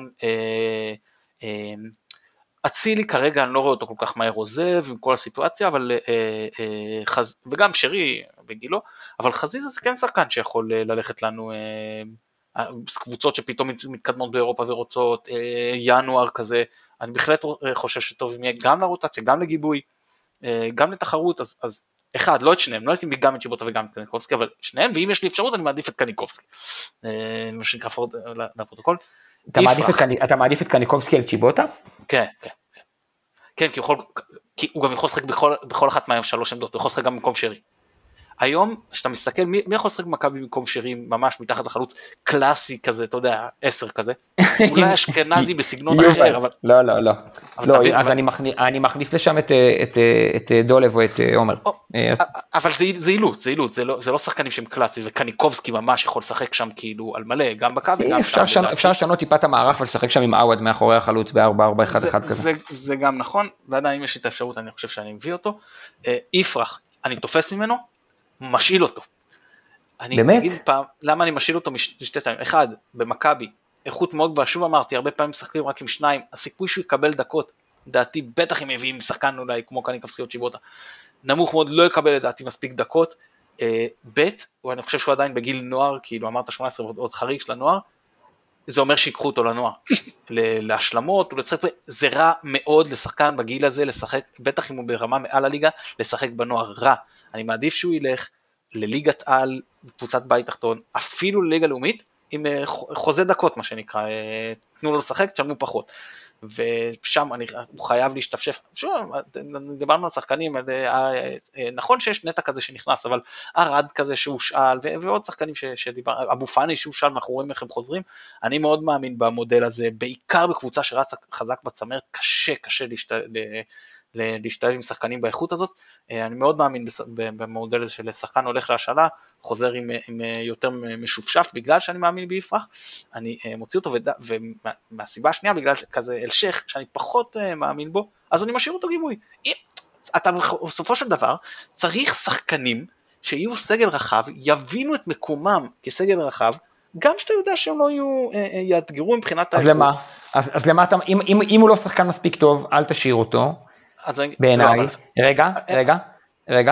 אצילי כרגע, אני לא רואה אותו כל כך מהר עוזב עם כל הסיטואציה, אבל וגם שרי בגילו, אבל חזיזה זה כן שחקן שיכול ללכת לנו, קבוצות שפתאום מתקדמות באירופה ורוצות, ינואר כזה, אני בהחלט חושב שטוב אם יהיה גם לרוטציה, גם לגיבוי, גם לתחרות, אז אחד, לא את שניהם, לא הייתי גם את צ'יבוטה וגם את קניקובסקי, אבל שניהם, ואם יש לי אפשרות אני מעדיף את קניקובסקי, מה שנקרא לפרוטוקול. אתה מעדיף את קניקובסקי על צ'יבוטה? כן, כן. כן, כי הוא גם יכול לשחק בכל אחת מה3 עמדות, הוא יכול לשחק גם במקום שרי. היום, כשאתה מסתכל, מי יכול לשחק במכבי במקום שרי ממש מתחת לחלוץ, קלאסי כזה, אתה יודע, 10 כזה, אולי אשכנזי בסגנון אחר, אבל... לא, אז אני מכניס לשם את דולב או את עומר. אבל זה אילוץ, זה לא שחקנים שהם קלאסי, וקניקובסקי ממש יכול לשחק שם כאילו על מלא, גם בקו, גם שם. אפשר לשנות טיפה את המערך ולשחק שם עם עווד מאחורי החלוץ ב-4-4-1-1 כזה. זה גם נכון, ועדיין אם יש לי את האפשרות, אני חושב שאני מביא אותו. יפרח, אני תופס ממנו, משאיל אותו. באמת? למה אני משאיל אותו משתי טעמים? אחד, במכבי, איכות מאוד גבוהה, שוב אמרתי, הרבה פעמים משחקים רק עם 2, הסיכוי שהוא יקבל דקות, דעתי, בטח אם מביאים שחקן אולי כמו קניקובסקי או צ'יבוטה, נמוך מאוד, לא יקבל לדעתי מספיק דקות. ב', ואני חושב שהוא עדיין בגיל נוער, כאילו אמרת 18 עוד חריג של הנוער, זה אומר שיקחו אותו לנוער, להשלמות, זה רע מאוד לשחקן בגיל הזה, לשחק, בטח אם הוא ברמה מעל הליגה, לשחק בנוער, רע. אני מעדיף שהוא ילך לליגת על, קבוצת בית תחתון, אפילו לליגה לאומית, עם חוזה דקות מה שנקרא, תנו לו לשחק, תשלמו פחות. ושם הוא חייב להשתפשף, שוב, דיברנו על שחקנים, נכון שיש נטע כזה שנכנס, אבל ארד כזה שהוא שאל, ועוד שחקנים שדיבר, אבו פאני שהוא שאל, אנחנו רואים איך הם חוזרים, אני מאוד מאמין במודל הזה, בעיקר בקבוצה שרצה חזק בצמרת, קשה להשתלב עם שחקנים באיכות הזאת, אני מאוד מאמין במודל של שחקן הולך להשאלה, חוזר עם יותר משופשף, בגלל שאני מאמין ביפרח, אני מוציא אותו, ומהסיבה השנייה, בגלל כזה אלשך, שאני פחות מאמין בו, אז אני משאיר אותו גיבוי. אתה בסופו של דבר, צריך שחקנים שיהיו סגל רחב, יבינו את מקומם כסגל רחב, גם שאתה יודע שהם לא יאתגרו מבחינת אז למה? אז למה אתה, אם הוא לא שחקן מספיק טוב, אל תשאיר אותו, בעיניי. רגע.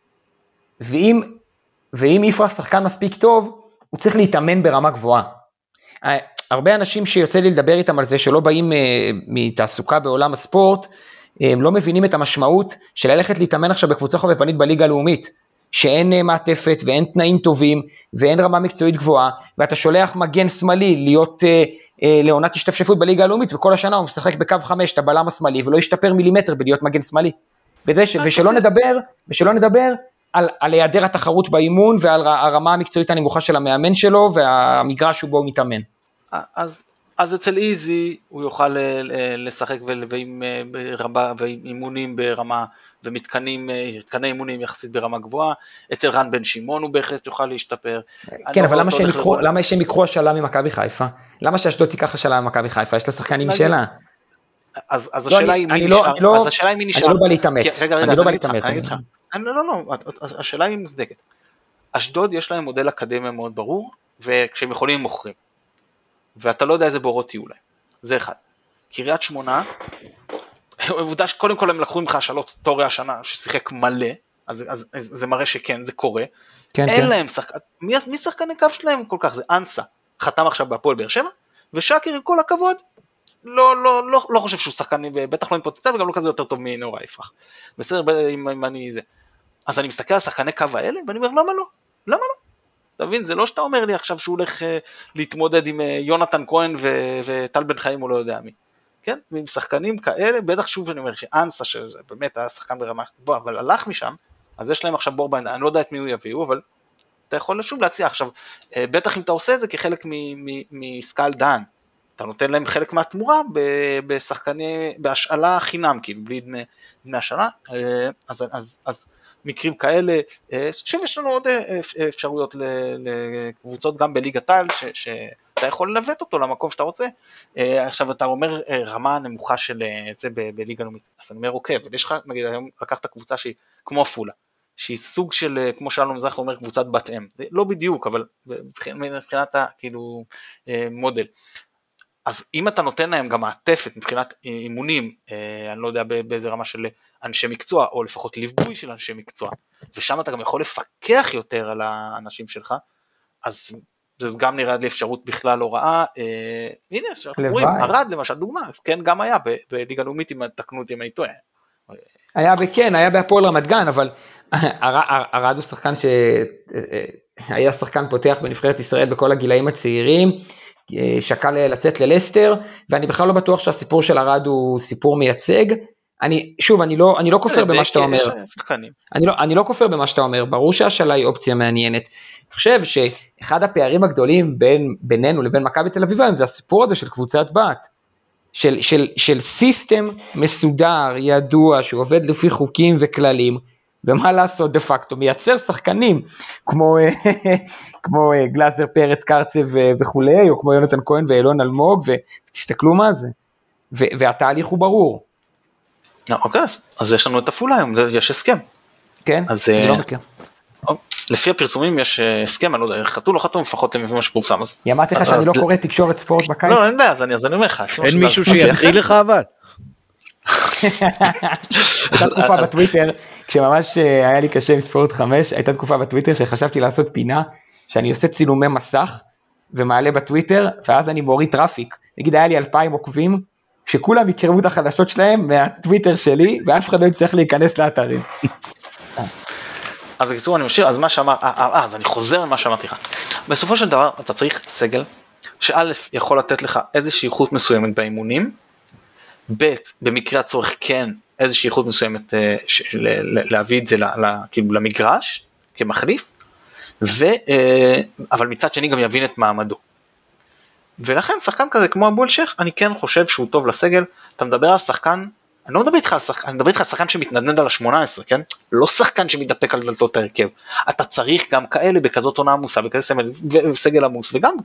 ואם יפרח שחקן מספיק טוב, הוא צריך להתאמן ברמה גבוהה. הרבה אנשים שיוצא לי לדבר איתם על זה, שלא באים מתעסוקה בעולם הספורט, הם לא מבינים את המשמעות של ללכת להתאמן עכשיו בקבוצה חובבנית בליגה הלאומית, שאין מעטפת ואין תנאים טובים, ואין רמה מקצועית גבוהה, ואתה שולח מגן שמאלי להיות לעונת השתפשפות בליגה הלאומית, וכל השנה הוא משחק בקו 5 את הבלם השמאלי, ולא ישתפר מילימטר בלהיות מגן שמאלי. ושלא נדבר על היעדר התחרות באימון, ועל הרמה המקצועית הנמוכה של המאמן שלו, והמגרש שבו הוא מתאמן. אז אצל איזי הוא יוכל לשחק ועם אימונים ברמה, ומתקני אימונים יחסית ברמה גבוהה, אצל רן בן שמעון הוא בהחלט יוכל להשתפר. כן, אבל למה שהם יקחו השאלה ממכבי חיפה? למה שאשדוד תיקח השאלה ממכבי חיפה? יש לה שחקנים שלה. אז השאלה היא מי נשאר. אני לא בא להתאמץ. לא, השאלה היא מוצדקת. אשדוד יש להם מודל אקדמי מאוד ברור, וכשהם יכולים מוכרים. ואתה לא יודע איזה בורות יהיו להם. זה אחד. קריית שמונה, עובדה שקודם כל הם לקחו ממך שלוש תורי השנה ששיחק מלא, אז זה מראה שכן, זה קורה. אין להם שחקן, מי שחקני קו שלהם כל כך? זה אנסה, חתם עכשיו בהפועל באר שבע, ושקר עם כל הכבוד, לא חושב שהוא שחקן, בטח לא עם פוטנציאל, וגם לא כזה יותר טוב מנאור יפרח. בסדר, אם אני זה. אז אני מסתכל על שחקני קו האלה, ואני אומר, למה לא? אתה מבין, זה לא שאתה אומר לי עכשיו שהוא הולך להתמודד עם יונתן כהן וטל בן חיים, הוא לא יודע מי. כן? ועם שחקנים כאלה, בטח שוב אני אומר שאנסה, שזה באמת היה שחקן ברמה, אבל הלך משם, אז יש להם עכשיו בור בעין, אני לא יודע את מי הוא יביאו, אבל אתה יכול שוב להציע. עכשיו, בטח אם אתה עושה את זה כחלק מסקל דן, אתה נותן להם חלק מהתמורה בהשאלה חינם, כאילו, בלי דמי השאלה, אז מקרים כאלה, שיש לנו עוד אפשרויות לקבוצות גם בליגת העל, שאתה יכול לנווט אותו למקום שאתה רוצה. עכשיו אתה אומר רמה נמוכה של זה בליגה לאומית, אז אני אומר אוקיי, אבל יש לך, נגיד היום לקחת קבוצה שהיא כמו אפולה, שהיא סוג של, כמו שלנו מזרח אומר, קבוצת בת אם, לא בדיוק, אבל מבחינת כאילו מודל. אז אם אתה נותן להם גם מעטפת מבחינת אימונים, אני לא יודע באיזה רמה של אנשי מקצוע, או לפחות ליווי של אנשי מקצוע, ושם אתה גם יכול לפקח יותר על האנשים שלך, אז זה גם נראה לי אפשרות בכלל לא רעה. הנה, רואים, ארד למשל דוגמה, אז כן גם היה בליגה לאומית, אם תקנו אותי אם אני טועה. היה בהפועל רמת גן, אבל ארד הוא שחקן שהיה שחקן פותח בנבחרת ישראל בכל הגילאים הצעירים, שקל לצאת ללסטר, ואני בכלל לא בטוח שהסיפור של ארד הוא סיפור מייצג. אני לא כופר במה שאתה אומר. אני לא כופר במה שאתה אומר, ברור שהשאלה היא אופציה מעניינת. אני חושב שאחד הפערים הגדולים בינינו לבין מכבי תל אביב זה הסיפור הזה של קבוצת בת, של סיסטם מסודר, ידוע, שהוא עובד לפי חוקים וכללים, ומה לעשות דה פקטו, מייצר שחקנים, כמו גלאזר פרץ קרצב וכולי, או כמו יונתן כהן ואילון אלמוג, ותסתכלו מה זה, והתהליך הוא ברור. אוקיי, אז יש לנו את אפולה היום, יש הסכם. כן, אני לא מכיר. לפי הפרסומים יש הסכם, אני לא יודע, חתום לא חתום, לפחות לפי מה שפורסם. אמרתי לך שאני לא קורא תקשורת ספורט בקיץ. לא, אין בעיה, אז אני אומר לך. אין מישהו שיקריא לך אבל. הייתה תקופה בטוויטר, כשממש היה לי קשה עם ספורט 5, הייתה תקופה בטוויטר שחשבתי לעשות פינה, שאני עושה צילומי מסך, ומעלה בטוויטר, ואז אני מוריד טראפיק. נגיד היה לי 2,000 עוקבים, שכולם יקרבו את החדשות שלהם מהטוויטר שלי, ואף אחד לא יצטרך להיכנס לאתרים. אז בקיצור אני משאיר, אז מה שאמר, אז אני חוזר למה שאמרתי לך. בסופו של דבר אתה צריך סגל, שא' יכול לתת לך איזושהי איכות מסוימת באימונים, ב' במקרה הצורך כן איזושהי איכות מסוימת להביא את זה כאילו למגרש כמחליף, אבל מצד שני גם יבין את מעמדו. ולכן שחקן כזה כמו אבו אלשיך, אני כן חושב שהוא טוב לסגל. אתה מדבר על שחקן אני לא מדבר איתך על שחקן, אני מדבר איתך על שחקן שמתנדנד על ה-18, כן? לא שחקן שמתדפק על דלתות ההרכב. אתה צריך גם כאלה בכזאת עונה עמוסה, בכזה סגל עמוס, וגם,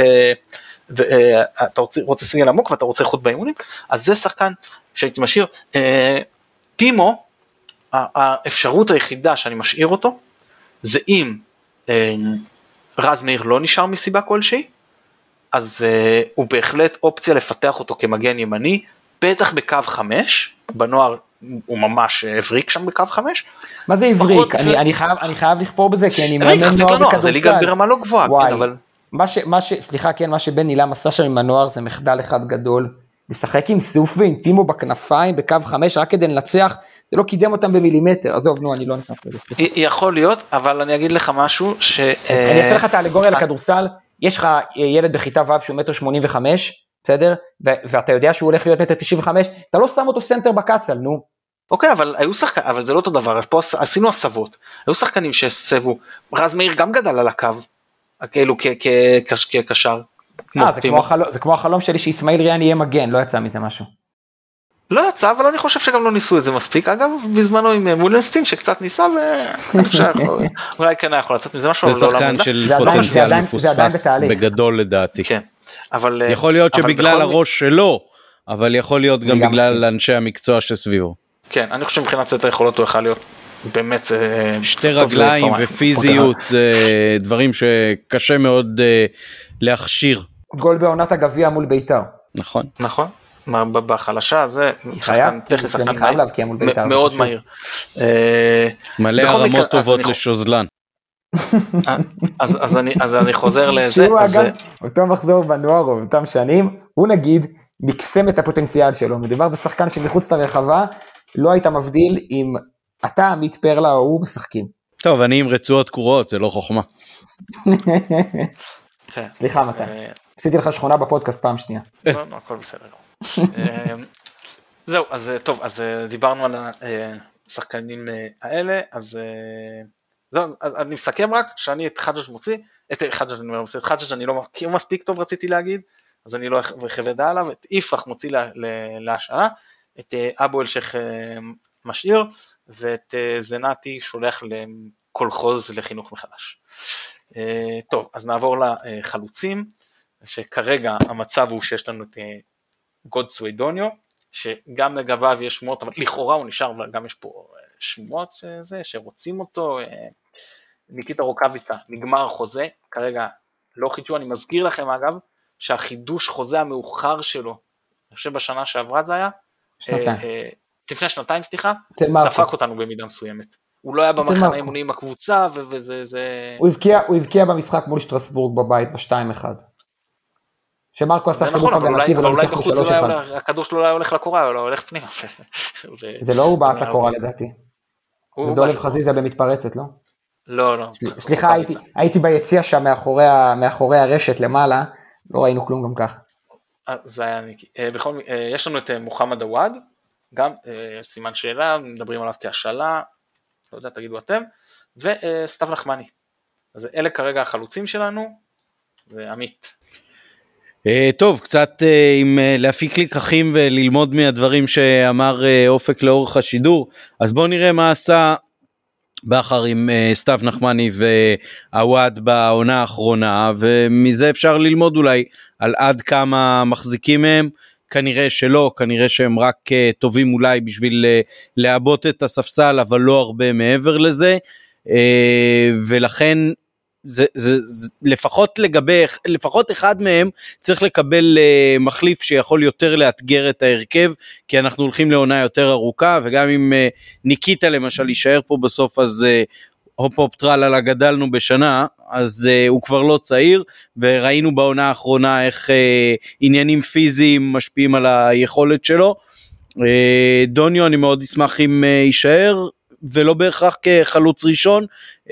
אתה רוצה סגל עמוק ואתה רוצה איכות באימונים, אז זה שחקן שהייתי משאיר. טימו, האפשרות היחידה שאני משאיר אותו, זה אם רז מאיר לא נשאר מסיבה כלשהי, אז הוא בהחלט אופציה לפתח אותו כמגן ימני, בטח בקו 5, בנוער הוא ממש הבריק שם בקו 5. מה זה הבריק? אני חייב לכפור בזה, כי אני מאמן נוער בכדורסל. זה ליגה ברמה לא גבוהה, כן, אבל... סליחה, כן, מה שבן אילם עשה שם עם הנוער זה מחדל אחד גדול, לשחק עם סוף ועם טימו בכנפיים, בקו 5, רק כדי לנצח, זה לא קידם אותם במילימטר, עזוב, נו, אני לא נכנס לזה, סליחה. יכול להיות, אבל אני אגיד לך משהו ש... אני אעשה לך את האלגוריה לכדורסל, יש לך ילד בכיתה ו' שהוא 1.85 מטר, בסדר? ואתה יודע שהוא הולך להיות 1.95 מטר, אתה לא שם אותו סנטר בקצל, נו. אוקיי, אבל היו שחקנים, אבל זה לא אותו דבר, פה עשינו הסבות, היו שחקנים שהסבו, רז מאיר גם גדל על הקו, כאילו כקשר. זה כמו החלום שלי שאיסמעיל ריאן יהיה מגן, לא יצא מזה משהו. לא יצא, אבל אני חושב שגם לא ניסו את זה מספיק, אגב, בזמנו עם מולנסטין שקצת ניסה, ואני חושב אולי כן יכול לצאת מזה משהו. זה שחקן של פוטנציאל מפוספס בגדול לדעתי. כן, אבל... יכול להיות שבגלל הראש שלו, אבל יכול להיות גם בגלל אנשי המקצוע שסביבו. כן, אני חושב מבחינת סט היכולות הוא יכול להיות באמת... שתי רגליים ופיזיות, דברים שקשה מאוד להכשיר. גול בעונת הגביע מול בית"ר. נכון. נכון. בחלשה זה חייב להבקיע מול בית"ר. מאוד מהיר. מלא הרמות טובות לשוזלן. אז אני חוזר לזה. שהוא אגב, אותו מחזור בנוער או אותם שנים, הוא נגיד מקסם את הפוטנציאל שלו, מדובר בשחקן שמחוץ לרחבה, לא היית מבדיל אם אתה עמית פרלה או הוא משחקים. טוב, אני עם רצועות קרועות, זה לא חוכמה. סליחה מתי. עשיתי לך שכונה בפודקאסט פעם שנייה. לא, הכל בסדר. זהו, אז טוב, אז דיברנו על השחקנים האלה, אז אני מסכם רק שאני את חג'ג' מוציא, את חג'ג' אני לא מכיר מספיק טוב רציתי להגיד, אז אני לא חווה דעה עליו, את יפרח מוציא להשעה, את אבו אלשך משאיר, ואת זנתי שולח לקולחוז לחינוך מחדש. טוב, אז נעבור לחלוצים, שכרגע המצב הוא שיש לנו את גודסווי דוניו, שגם לגביו יש שמועות, אבל לכאורה הוא נשאר, אבל גם יש פה שמועות שרוצים אותו, ניקיטה רוקאביצה, נגמר החוזה, כרגע לא חידשו, אני מזכיר לכם אגב, שהחידוש חוזה המאוחר שלו, אני חושב בשנה שעברה זה היה, לפני שנתיים סליחה, דפק אותנו במידה מסוימת. הוא לא היה במחנה אימונים עם הקבוצה, וזה... הוא הבקיע במשחק מול שטרסבורג בבית ב-2-1. שמרקו עשה חילוף הגנתי ולא ניצח ב-3-1. הכדור שלו לא היה הולך לקורה, הוא לא הולך פנימה. זה לא הוא בעט לקורה לדעתי. זה דולב חזיזה במתפרצת, לא? לא. סליחה, הייתי ביציע שם מאחורי הרשת למעלה, לא ראינו כלום גם כך. זה היה ניקי. יש לנו את מוחמד עוואד, גם סימן שאלה, מדברים עליו כהשאלה, לא יודע, תגידו אתם, וסתיו נחמני. אז אלה כרגע החלוצים שלנו, ועמית. טוב, קצת עם להפיק לקחים וללמוד מהדברים שאמר אופק לאורך השידור, אז בואו נראה מה עשה באחר עם סתיו נחמני ועוואד בעונה האחרונה, ומזה אפשר ללמוד אולי על עד כמה מחזיקים מהם, כנראה שלא, כנראה שהם רק טובים אולי בשביל לעבות את הספסל, אבל לא הרבה מעבר לזה, ולכן לפחות אחד מהם צריך לקבל מחליף שיכול יותר לאתגר את ההרכב, כי אנחנו הולכים לעונה יותר ארוכה, וגם אם ניקיטה למשל יישאר פה בסוף, אז הופ טרללה גדלנו בשנה, אז הוא כבר לא צעיר, וראינו בעונה האחרונה איך עניינים פיזיים משפיעים על היכולת שלו. דוניו אני מאוד אשמח אם יישאר, ולא בהכרח כחלוץ ראשון,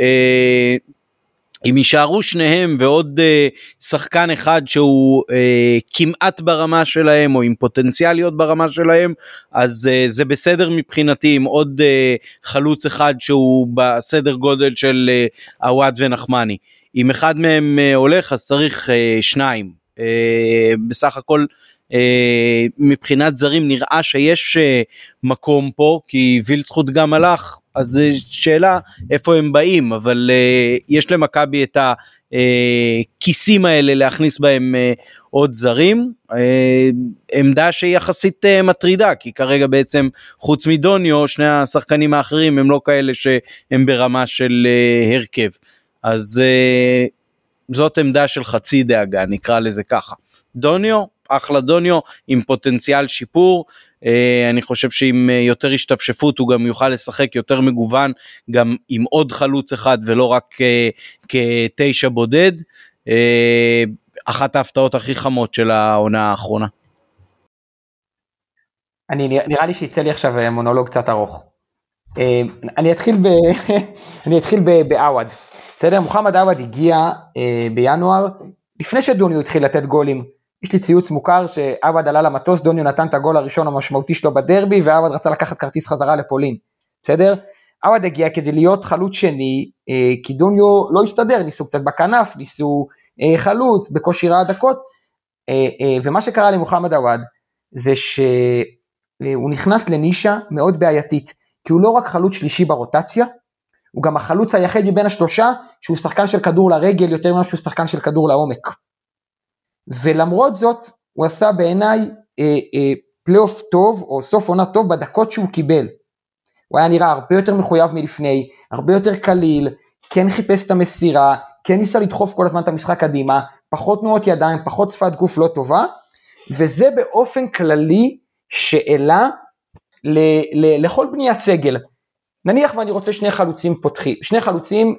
אם יישארו שניהם ועוד שחקן אחד שהוא כמעט ברמה שלהם, או עם פוטנציאל להיות ברמה שלהם, אז זה בסדר מבחינתי, עם עוד חלוץ אחד שהוא בסדר גודל של עוואד ונחמני. אם אחד מהם הולך, אז צריך שניים. בסך הכל מבחינת זרים נראה שיש מקום פה, כי וילצחוט גם הלך, אז זו שאלה איפה הם באים, אבל יש למכבי את הכיסים האלה להכניס בהם עוד זרים, עמדה שיחסית מטרידה, כי כרגע בעצם חוץ מדוניו, שני השחקנים האחרים הם לא כאלה שהם ברמה של הרכב, אז זאת עמדה של חצי דאגה, נקרא לזה ככה. דוניו, אחלה דוניו, עם פוטנציאל שיפור, אני חושב שעם יותר השתפשפות הוא גם יוכל לשחק יותר מגוון, גם עם עוד חלוץ אחד ולא רק כתשע בודד, אחת ההפתעות הכי חמות של העונה האחרונה. נראה לי שיצא לי עכשיו מונולוג קצת ארוך. אני אתחיל בעווד. בסדר, מוחמד עווד הגיע בינואר, לפני שדוניו התחיל לתת גולים. יש לי ציוץ מוכר שעווד עלה למטוס, דוניו נתן את הגול הראשון המשמעותי שלו בדרבי, ועווד רצה לקחת כרטיס חזרה לפולין. בסדר? עווד הגיע כדי להיות חלוץ שני, כי דוניו לא הסתדר, ניסו קצת בכנף, ניסו חלוץ, בקושי רע דקות, ומה שקרה למוחמד עווד, זה שהוא נכנס לנישה מאוד בעייתית, כי הוא לא רק חלוץ שלישי ברוטציה, הוא גם החלוץ היחיד מבין השלושה, שהוא שחקן של כדור לרגל, יותר ממה שהוא שחקן של כדור לעומק. ולמרות זאת, הוא עשה בעיניי פלייאוף טוב, או סוף עונה טוב, בדקות שהוא קיבל. הוא היה נראה הרבה יותר מחויב מלפני, הרבה יותר קליל, כן חיפש את המסירה, כן ניסה לדחוף כל הזמן את המשחק קדימה, פחות תנועות ידיים, פחות שפת גוף לא טובה, וזה באופן כללי שאלה לכל בניית סגל. נניח ואני רוצה שני חלוצים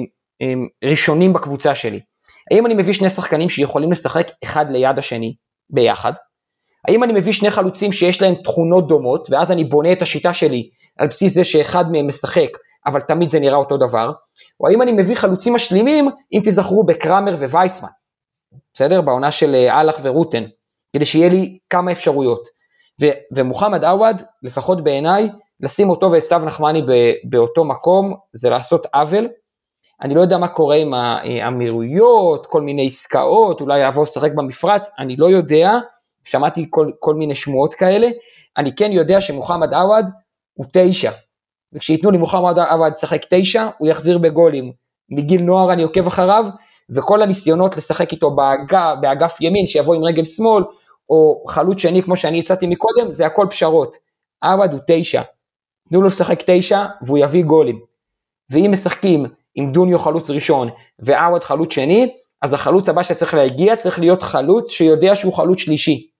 ראשונים בקבוצה שלי. האם אני מביא שני שחקנים שיכולים לשחק אחד ליד השני ביחד? האם אני מביא שני חלוצים שיש להם תכונות דומות, ואז אני בונה את השיטה שלי על בסיס זה שאחד מהם משחק, אבל תמיד זה נראה אותו דבר? או האם אני מביא חלוצים משלימים, אם תזכרו בקרמר ווייסמן, בסדר? בעונה של הלך ורוטן, כדי שיהיה לי כמה אפשרויות. ומוחמד עווד, לפחות בעיניי, לשים אותו ואת סתיו נחמני באותו מקום, זה לעשות עוול. אני לא יודע מה קורה עם האמירויות, כל מיני עסקאות, אולי יעבור לשחק במפרץ, אני לא יודע, שמעתי כל מיני שמועות כאלה, אני כן יודע שמוחמד עווד הוא 9, וכשיתנו לי מוחמד עווד שחק 9, הוא יחזיר בגולים, מגיל נוער אני עוקב אחריו, וכל הניסיונות לשחק איתו באגף ימין, שיבוא עם רגל שמאל, או חלוץ שני כמו שאני הצעתי מקודם, זה הכל פשרות. עווד הוא 9, תנו לו לשחק 9, והוא יביא גולים, ואם משחקים עם דוניו חלוץ ראשון, ועווד חלוץ שני, אז החלוץ הבא שצריך להגיע, צריך להיות חלוץ שיודע שהוא חלוץ שלישי.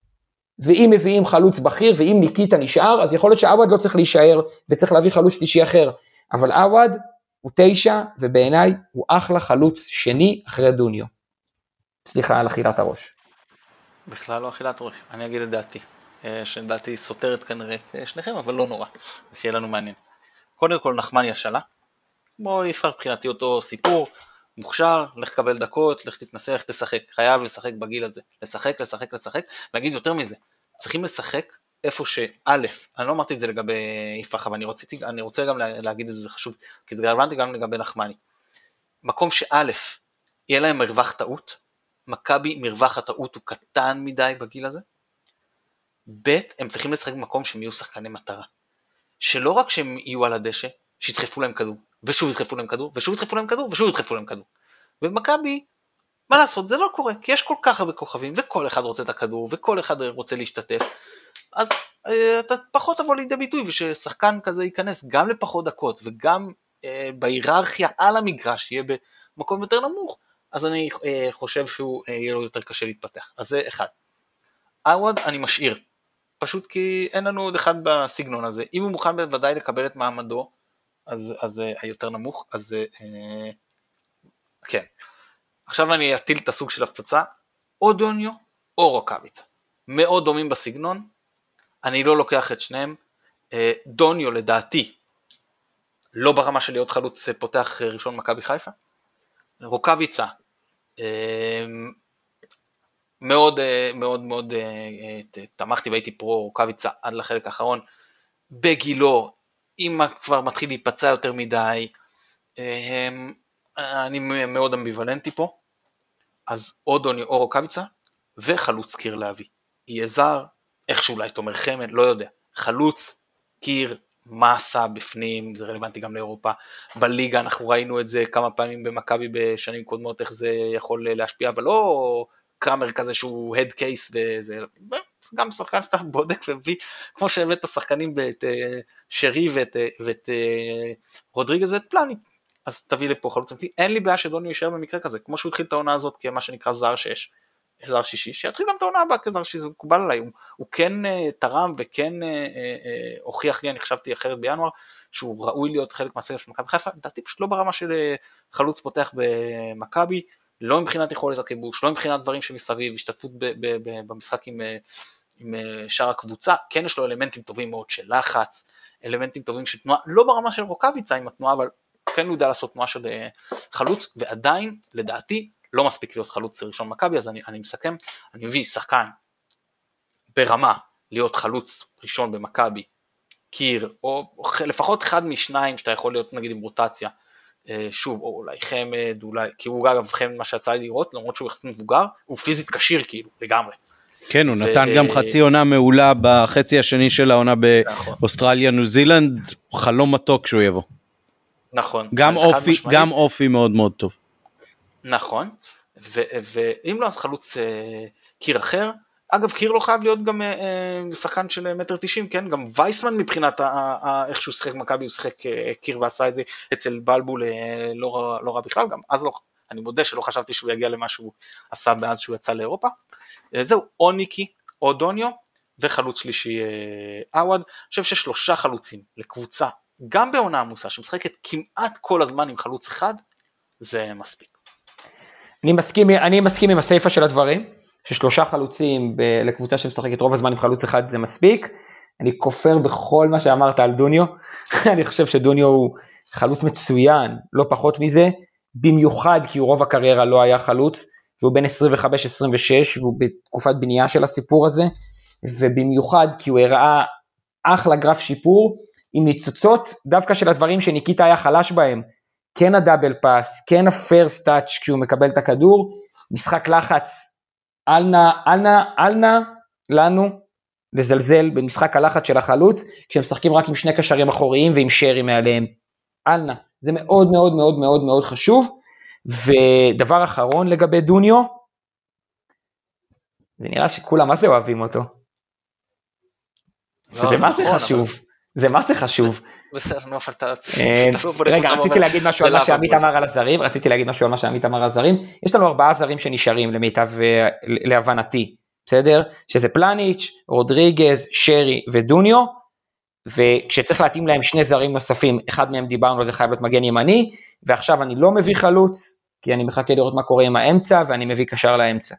ואם מביאים חלוץ בכיר, ואם ניקיטה נשאר, אז יכול להיות שעווד לא צריך להישאר, וצריך להביא חלוץ שלישי אחר. אבל עווד הוא 9, ובעיניי הוא אחלה חלוץ שני אחרי דוניו. סליחה על אכילת הראש. בכלל לא אכילת ראש, אני אגיד את דעתי. שדעתי סותרת כנראה את שניכם, אבל לא נורא, שיהיה לנו מעניין. קודם כל נחמני השאלה, בוא יפר מבחינתי אותו סיפור, מוכשר, לך קבל דקות, לך תתנסה, לך תשחק, חייב לשחק בגיל הזה, לשחק, ואגיד יותר מזה, צריכים לשחק איפה שא', אני לא אמרתי את זה לגבי יפרח, אבל אני רוצה גם להגיד את זה, חשוב, כי זה רלוונטי גם לגבי נחמני, מקום שא', יהיה להם מרווח טעות, מכבי מרווח הטעות הוא קטן מדי בגיל הזה, ב', הם צריכים לשחק במקום שהם יהיו שחקני מטרה, שלא רק שהם יהיו על הדשא, שידחפו להם כדור, ושוב ידחפו להם כדור, ושוב ידחפו להם כדור, ושוב ידחפו להם כדור. ובמכבי, מה לעשות, זה לא קורה, כי יש כל כך הרבה כוכבים, וכל אחד רוצה את הכדור, וכל אחד רוצה להשתתף, אז אתה פחות תבוא לידי ביטוי, וששחקן כזה ייכנס גם לפחות דקות, וגם בהיררכיה על המגרש, יהיה במקום יותר נמוך, אז אני חושב שהוא יהיה לו יותר קשה להתפתח. אז זה אחד. עווד אני משאיר, פשוט כי אין לנו עוד אחד בסגנון הזה, אם הוא מוכן בוודאי לקבל את מעמדו, אז היותר נמוך, אז כן. עכשיו אני אטיל את הסוג של הפצצה, או דוניו או רוקאביצה. מאוד דומים בסגנון, אני לא לוקח את שניהם. דוניו לדעתי, לא ברמה של להיות חלוץ פותח ראשון מכבי חיפה. רוקאביצה, מאוד מאוד מאוד תמכתי והייתי פרו רוקאביצה עד לחלק האחרון, בגילו, אם כבר מתחיל להיפצע יותר מדי, אני מאוד אמביוולנטי פה, אז או דוניו או רוקאביצה, וחלוץ קיר להביא. יהיה זר, איכשהו אולי תומר חמד, לא יודע, חלוץ, קיר, מסה בפנים, זה רלוונטי גם לאירופה, בליגה אנחנו ראינו את זה כמה פעמים במכבי בשנים קודמות, איך זה יכול להשפיע, אבל לא קרמר כזה שהוא head case, וזה גם שחקן שאתה בודק וביא, כמו שהבאת את השחקנים, את שרי ואת רודריגז ואת פלני, אז תביא לפה חלוץ אמיתי, אין לי בעיה שדוניו יישאר במקרה כזה, כמו שהוא התחיל את העונה הזאת כמה שנקרא זר 6, זר שישי, שיתחיל גם את העונה הבאה כזר שישי, זה מקובל עליי, הוא כן תרם וכן הוכיח לי, אני חשבתי אחרת בינואר, שהוא ראוי להיות חלק מהסגל של מכבי חיפה, לדעתי פשוט לא ברמה של חלוץ פותח במכבי, לא מבחינת יכולת הכיבוש, לא מבחינת דברים שמסביב, השתתפות במשחק עם שאר הקבוצה, כן יש לו אלמנטים טובים מאוד של לחץ, אלמנטים טובים של תנועה, לא ברמה של רוקאביצה עם התנועה, אבל כן הוא יודע לעשות תנועה של חלוץ, ועדיין, לדעתי, לא מספיק להיות חלוץ ראשון מכבי, אז אני מסכם, אני מביא שחקן ברמה להיות חלוץ ראשון במכבי, קיר, או לפחות אחד משניים שאתה יכול להיות נגיד עם רוטציה, שוב, או אולי חמד, אולי, כי הוא אגב חמד מה שיצא לי לראות, למרות שהוא יחסית מבוגר, הוא פיזית קשיר כאילו, לגמרי. כן, הוא נתן גם חצי עונה מעולה בחצי השני של העונה באוסטרליה, ניו זילנד, חלום מתוק שהוא יבוא. נכון. גם אופי מאוד מאוד טוב. נכון, ואם לא אז חלוץ קיר אחר, אגב קיר לא חייב להיות גם שחקן של 1.90 מטר, כן, גם וייסמן מבחינת איך שהוא שחק מכבי, הוא שחק קיר ועשה את זה אצל בלבול לא רע בכלל, גם אז לא, אני מודה שלא חשבתי שהוא יגיע למה שהוא עשה מאז שהוא יצא לאירופה, זהו, או ניקי או דוניו, וחלוץ שלישי עווד, אני חושב ששלושה חלוצים לקבוצה, גם בעונה עמוסה, שמשחקת כמעט כל הזמן עם חלוץ אחד, זה מספיק. אני מסכים עם הסיפה של הדברים, ששלושה חלוצים לקבוצה שמשחקת רוב הזמן עם חלוץ אחד זה מספיק, אני כופר בכל מה שאמרת על דוניו, אני חושב שדוניו הוא חלוץ מצוין, לא פחות מזה, במיוחד כי הוא רוב הקריירה לא היה חלוץ, והוא בין 25-26, והוא בתקופת בנייה של הסיפור הזה, ובמיוחד כי הוא הראה אחלה גרף שיפור, עם ניצוצות דווקא של הדברים שניקיטה היה חלש בהם, כן הדאבל פאס, כן הפרסט טאץ' כשהוא מקבל את הכדור, משחק לחץ, אלנה לנו לזלזל במשחק הלחץ של החלוץ, כשהם משחקים רק עם שני קשרים אחוריים ועם שרי מעליהם, אלנה, זה מאוד מאוד מאוד מאוד מאוד חשוב, ודבר אחרון לגבי דוניו, זה נראה שכולם מה זה אוהבים אותו, זה מה זה חשוב, זה מה זה חשוב, רגע, רציתי להגיד משהו על מה שעמית אמר על הזרים, יש לנו 4 זרים שנשארים למיטב להבנתי, בסדר? שזה פלניץ', רודריגז, שרי ודוניו, וכשצריך להתאים להם 2 זרים נוספים, אחד מהם דיברנו על זה חייב להיות מגן ימני, ועכשיו אני לא מביא חלוץ, כי אני מחכה לראות מה קורה עם האמצע, ואני מביא קשר לאמצע.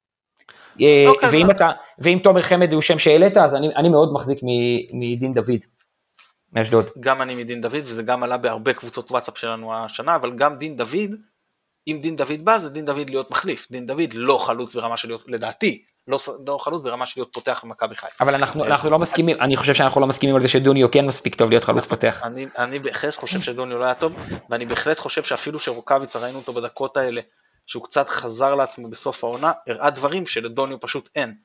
ואם תומר חמד הוא שם שהעלית, אז אני מאוד מחזיק מדין דוד. מאשדוד. גם אני מדין דוד, וזה גם עלה בהרבה קבוצות וואטסאפ שלנו השנה, אבל גם דין דוד, אם דין דוד בא, זה דין דוד להיות מחליף, דין דוד לא חלוץ ברמה של להיות, לדעתי, לא חלוץ ברמה של להיות פותח במכבי חיפה. אבל אנחנו לא מסכימים, אני חושב שאנחנו לא מסכימים על זה שדוניו כן מספיק טוב להיות חלוץ פותח. אני בהחלט חושב שדוניו לא היה טוב, ואני בהחלט חושב שאפילו שרוקאביצה ראינו אותו בדקות האלה, שהוא קצת חזר לעצמו בסוף העונה, הראה דברים שלדוניו פשוט אין.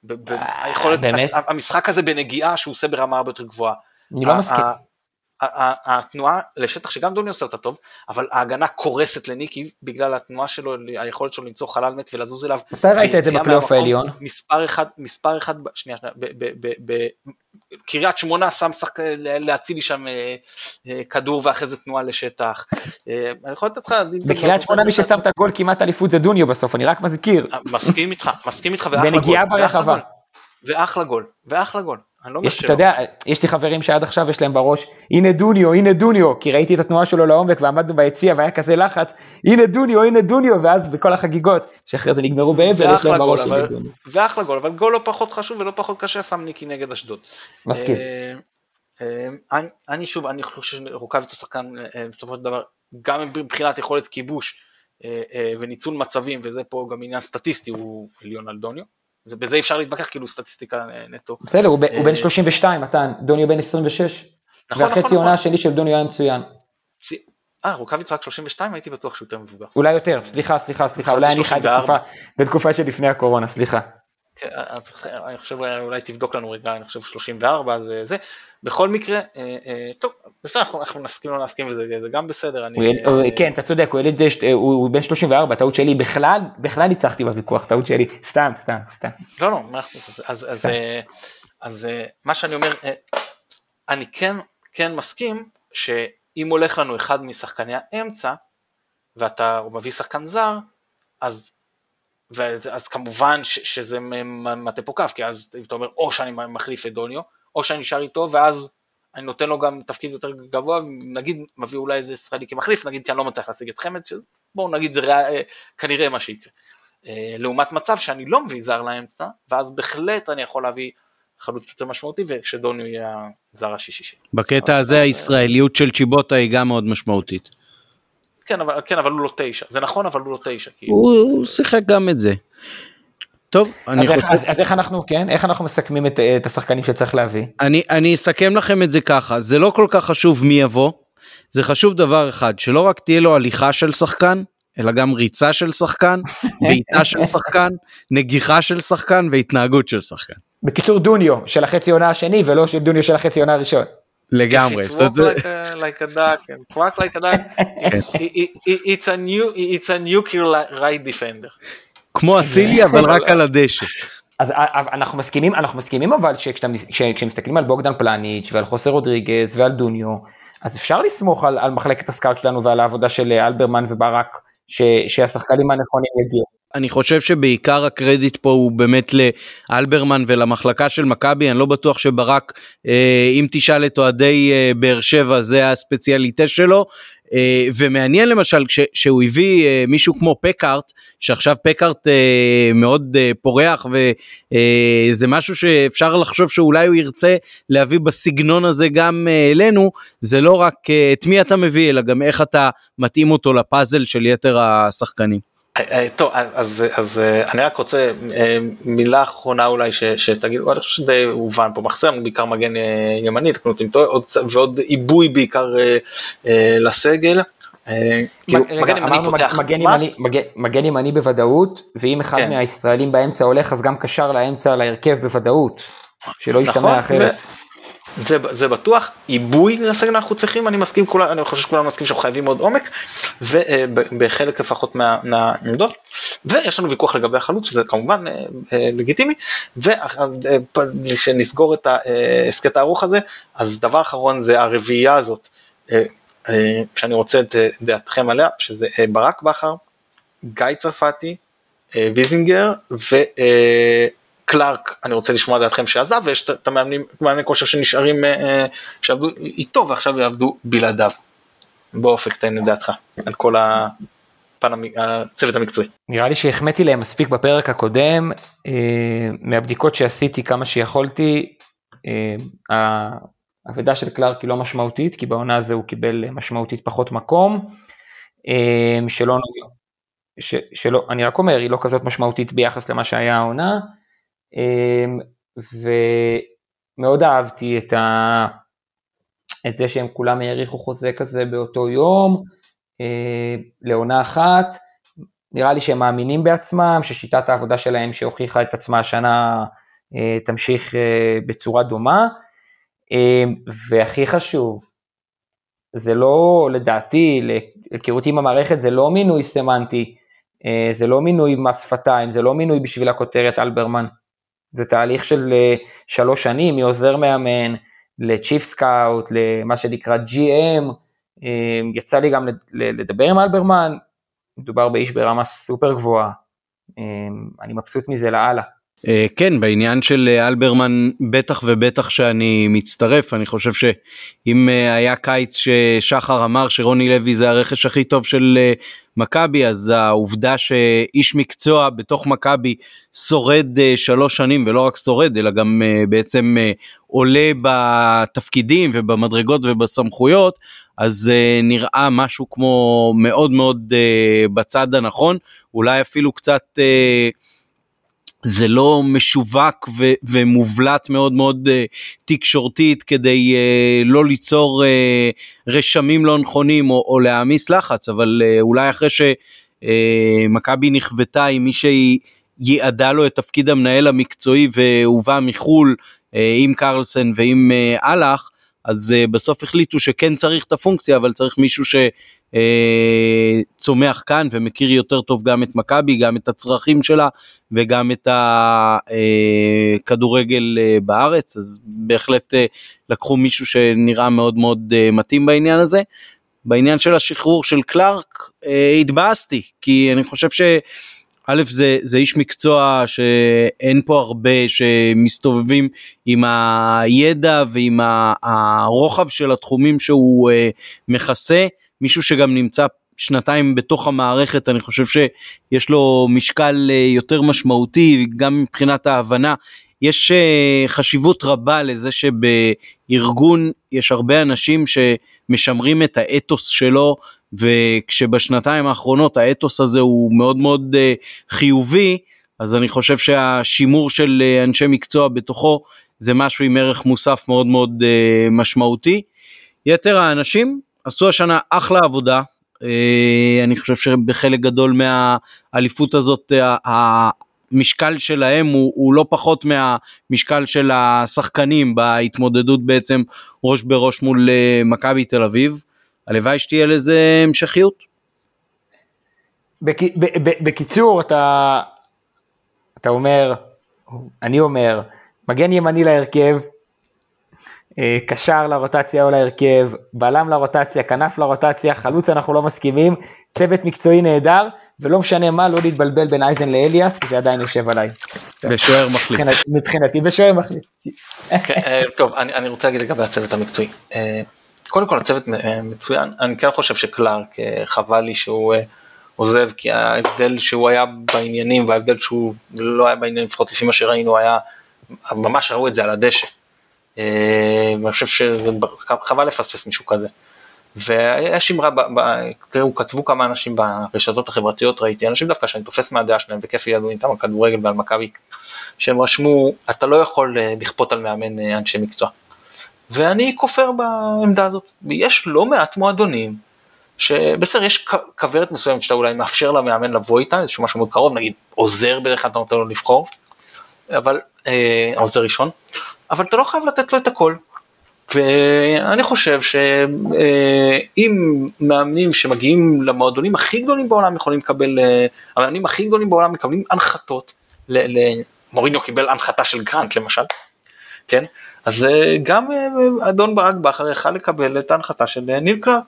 המשחק הזה בנגיעה שהוא עושה ברמה הרבה יותר גבוהה. אני לא מסכים. התנועה לשטח שגם דוני עושה אותה טוב, אבל ההגנה קורסת לניקי בגלל התנועה שלו, היכולת שלו למצוא חלל מת ולזוז אליו. אתה ראית את זה בפלייאוף העליון? מספר אחד, שנייה, בקריית שמונה שם שחק להציל לי שם כדור ואחרי זה תנועה לשטח. אני יכול לתת לך... בקריית שמונה מי ששם את הגול כמעט אליפות זה דוניו בסוף, אני רק מזכיר. מסכים איתך בנגיעה ברחבה. ואחלה גול. אתה יודע, יש לי חברים שעד עכשיו יש להם בראש, הנה דוניו, כי ראיתי את התנועה שלו לעומק ועמדנו ביציע והיה כזה לחץ, הנה דוניו, ואז בכל החגיגות, שאחרי זה נגמרו בעבר, יש להם בראש הנה דוניו. ואחלה גול, אבל גול לא פחות חשוב ולא פחות קשה, שם ניקי נגד אשדוד. מסכים. אני חושב שרוקאביצה שחקן, בסופו של דבר, גם מבחינת יכולת כיבוש וניצול מצבים, וזה פה גם עניין סטטיסטי, הוא עליון על דוניו. בזה אפשר להתבקח כאילו סטטיסטיקה נטו. בסדר, הוא בן 32, מתן, דוניו בן 26, והחצי עונה השני של דוניו היה מצוין. רוקאביצה רק 32, הייתי בטוח שהוא יותר מבוגר. אולי יותר, סליחה, אולי אני חי בתקופה שלפני הקורונה, סליחה. אני חושב אולי תבדוק לנו רגע, אני חושב 34 זה, בכל מקרה, טוב, בסדר, אנחנו נסכים לא נסכים וזה גם בסדר. כן, אתה צודק, הוא בן 34, טעות שלי, בכלל ניצחתי בוויכוח, טעות שלי, סתם. לא, אז מה שאני אומר, אני כן מסכים, שאם הולך לנו אחד משחקני האמצע, ואתה מביא שחקן זר, אז כמובן שזה מטה פה קו, כי אז אתה אומר, או שאני מחליף את דוניו, או שאני נשאר איתו, ואז אני נותן לו גם תפקיד יותר גבוה, נגיד מביא אולי איזה ישראלי כמחליף, נגיד שאני לא מצליח להשיג את חמד, בואו נגיד זה כנראה מה שיקרה. לעומת מצב שאני לא מביא זר לאמצע, ואז בהחלט אני יכול להביא חלוץ יותר משמעותי, ושדוניו יהיה הזר השישי. בקטע הזה הישראליות של צ'יבוטה היא גם מאוד משמעותית. כן, אבל הוא לא 9. זה נכון, אבל הוא לא 9. הוא שיחק גם את זה. טוב, אז איך אנחנו מסכמים את השחקנים שצריך להביא? אני אסכם לכם את זה ככה, זה לא כל כך חשוב מי יבוא, זה חשוב דבר אחד, שלא רק תהיה לו הליכה של שחקן, אלא גם ריצה של שחקן, בעיטה של שחקן, נגיחה של שחקן והתנהגות של שחקן. בקיצור דוניו של החצי עונה השני, ולא של דוניו של החצי עונה הראשון. לגמרי. It's walk like a duck and quack like a duck. It's a nuclear right defender. כמו אצילי, אבל רק על הדשא. אז אנחנו מסכימים אבל כשמסתכלים על בוגדן פלניץ' ועל חוסה רודריגז ועל דוניו, אז אפשר לסמוך על מחלקת הסקאוט שלנו ועל העבודה של אלברמן וברק, שהשחקנים הנכונים יגיעו. אני חושב שבעיקר הקרדיט פה הוא באמת לאלברמן ולמחלקה של מכבי, אני לא בטוח שברק, אם תשאל את אוהדי באר שבע, זה הספציאליטה שלו, ומעניין למשל שהוא הביא מישהו כמו פקארט, שעכשיו פקארט מאוד פורח, וזה משהו שאפשר לחשוב שאולי הוא ירצה להביא בסגנון הזה גם אלינו, זה לא רק את מי אתה מביא, אלא גם איך אתה מתאים אותו לפאזל של יתר השחקנים. טוב, אז אני רק רוצה מילה אחרונה אולי שתגיד, אני חושב שזה הובן פה, מחסר בעיקר מגן ימני, ועוד עיבוי בעיקר לסגל. מגן ימני בוודאות, ואם אחד מהישראלים באמצע הולך, אז גם קשר לאמצע להרכב בוודאות, שלא ישתמע אחרת. זה בטוח, עיבוי לסגל אנחנו צריכים, אני חושב שכולם מסכים שאנחנו חייבים מאוד עומק, ובחלק לפחות מהעמדות, ויש לנו ויכוח לגבי החלוץ, שזה כמובן לגיטימי, ושנסגור את העסקת הארוך הזה, אז דבר אחרון זה הרביעייה הזאת, שאני רוצה את דעתכם עליה, שזה ברק בכר, גיא צרפתי, ויזינגר, קלארק, אני רוצה לשמוע דעתכם שעזב, ויש את המאמני כושר שנשארים, שעבדו איתו, ועכשיו יעבדו בלעדיו. באופק תן דעתך, על כל הצוות המקצועי. נראה לי שהחמאתי להם מספיק בפרק הקודם, מהבדיקות שעשיתי כמה שיכולתי, העבודה של קלארק היא לא משמעותית, כי בעונה הזו הוא קיבל משמעותית פחות מקום, שלא, אני רק אומר, היא לא כזאת משמעותית ביחס למה שהיה העונה, ומאוד אהבתי את זה שהם כולם העריכו חוזה כזה באותו יום, לעונה אחת, נראה לי שהם מאמינים בעצמם, ששיטת העבודה שלהם שהוכיחה את עצמה השנה תמשיך בצורה דומה, והכי חשוב, זה לא לדעתי, להיכרותי עם המערכת, זה לא מינוי סמנטי, זה לא מינוי מס שפתיים, זה לא מינוי בשביל הכותרת אלברמן, זה תהליך של 3 שנים, מעוזר מאמן, לצ'יף סקאוט, למה שנקרא GM, יצא לי גם לדבר עם אלברמן, מדובר באיש ברמה סופר גבוהה, אני מבסוט מזה לעלה. כן, בעניין של אלברמן בטח ובטח שאני מצטרף, אני חושב שאם היה קיץ ששחר אמר שרוני לוי זה הרכש הכי טוב של מכבי, אז העובדה שאיש מקצוע בתוך מכבי שורד 3 שנים, ולא רק שורד, אלא גם בעצם עולה בתפקידים ובמדרגות ובסמכויות, אז נראה משהו כמו מאוד מאוד בצד הנכון, אולי אפילו קצת זה לא משווק ומובלט מאוד מאוד תקשורתית, כדי לא ליצור רשמים לא נכונים או להעמיס לחץ, אבל אולי אחרי שמכבי נכוותה עם מי שהיא ייעדה לו את תפקיד המנהל המקצועי והובא מחול עם קרלסן ועם אלח, אז בסוף החליטו שכן צריך את הפונקציה, אבל צריך מישהו שצומח כאן ומכיר יותר טוב גם את מכבי, גם את הצרכים שלה וגם את הכדורגל בארץ, אז בהחלט לקחו מישהו שנראה מאוד מאוד מתאים בעניין הזה. בעניין של השחרור של קלארק התבאסתי, כי אני חושב א', זה איש מקצוע שאין פה הרבה שמסתובבים עם הידע ועם הרוחב של התחומים שהוא מכסה, מישהו שגם נמצא שנתיים בתוך המערכת, אני חושב שיש לו משקל יותר משמעותי, גם מבחינת ההבנה, יש חשיבות רבה לזה שבארגון יש הרבה אנשים שמשמרים את האתוס שלו, וכשבשנתיים האחרונות האתוס הזה הוא מאוד מאוד חיובי, אז אני חושב שהשימור של אנשי מקצוע בתוכו זה משהו עם ערך מוסף מאוד מאוד משמעותי. יתר האנשים עשו השנה אחלה עבודה, אני חושב שבחלק גדול מהאליפות הזאת המשקל שלהם הוא לא פחות מהמשקל של השחקנים בהתמודדות בעצם ראש בראש מול מכבי תל אביב. הלוואי שתהיה לזה המשכיות. בקיצור, אתה אומר, אני אומר, מגן ימני להרכב, קשר לרוטציה או להרכב, בלם לרוטציה, כנף לרוטציה, חלוץ אנחנו לא מסכימים, צוות מקצועי נהדר, ולא משנה מה, לא להתבלבל בין אייזן לאליאס, כי זה עדיין יושב עליי. בשוער מחליט. מבחינתי, בשוער מחליט. טוב, אני רוצה להגיד לגבי הצוות המקצועי. קודם כל הצוות מצוין, אני כן חושב שקלארק חבל לי שהוא עוזב, כי ההבדל שהוא היה בעניינים, וההבדל שהוא לא היה בעניינים, לפחות לפי מה שראינו, היה, ממש ראו את זה על הדשא. ואני חושב שזה חבל לפספס מישהו כזה. ויש אמרה, כתבו כמה אנשים ברשתות החברתיות, ראיתי אנשים דווקא שאני תופס מהדעה שלהם, וכיף ידעו איתם על כדורגל ועל מכבי, שהם רשמו, אתה לא יכול לכפות על מאמן אנשי מקצוע. ואני כופר בעמדה הזאת, ויש לא מעט מועדונים, שבסדר יש כברת מסוימת שאתה אולי מאפשר למאמן לבוא איתה, איזשהו משהו מאוד קרוב, נגיד עוזר בדרך כלל אתה נותן לו לבחור, אבל, עוזר ראשון, אבל אתה לא חייב לתת לו את הכל, ואני חושב שאם מאמנים שמגיעים למועדונים הכי גדולים בעולם יכולים לקבל, המאמנים הכי גדולים בעולם מקבלים הנחתות, מוריניו קיבל הנחתה של גרנט למשל, כן? אז גם אדון ברק בכר יכל לקבל את ההנחתה של ניל קלארק,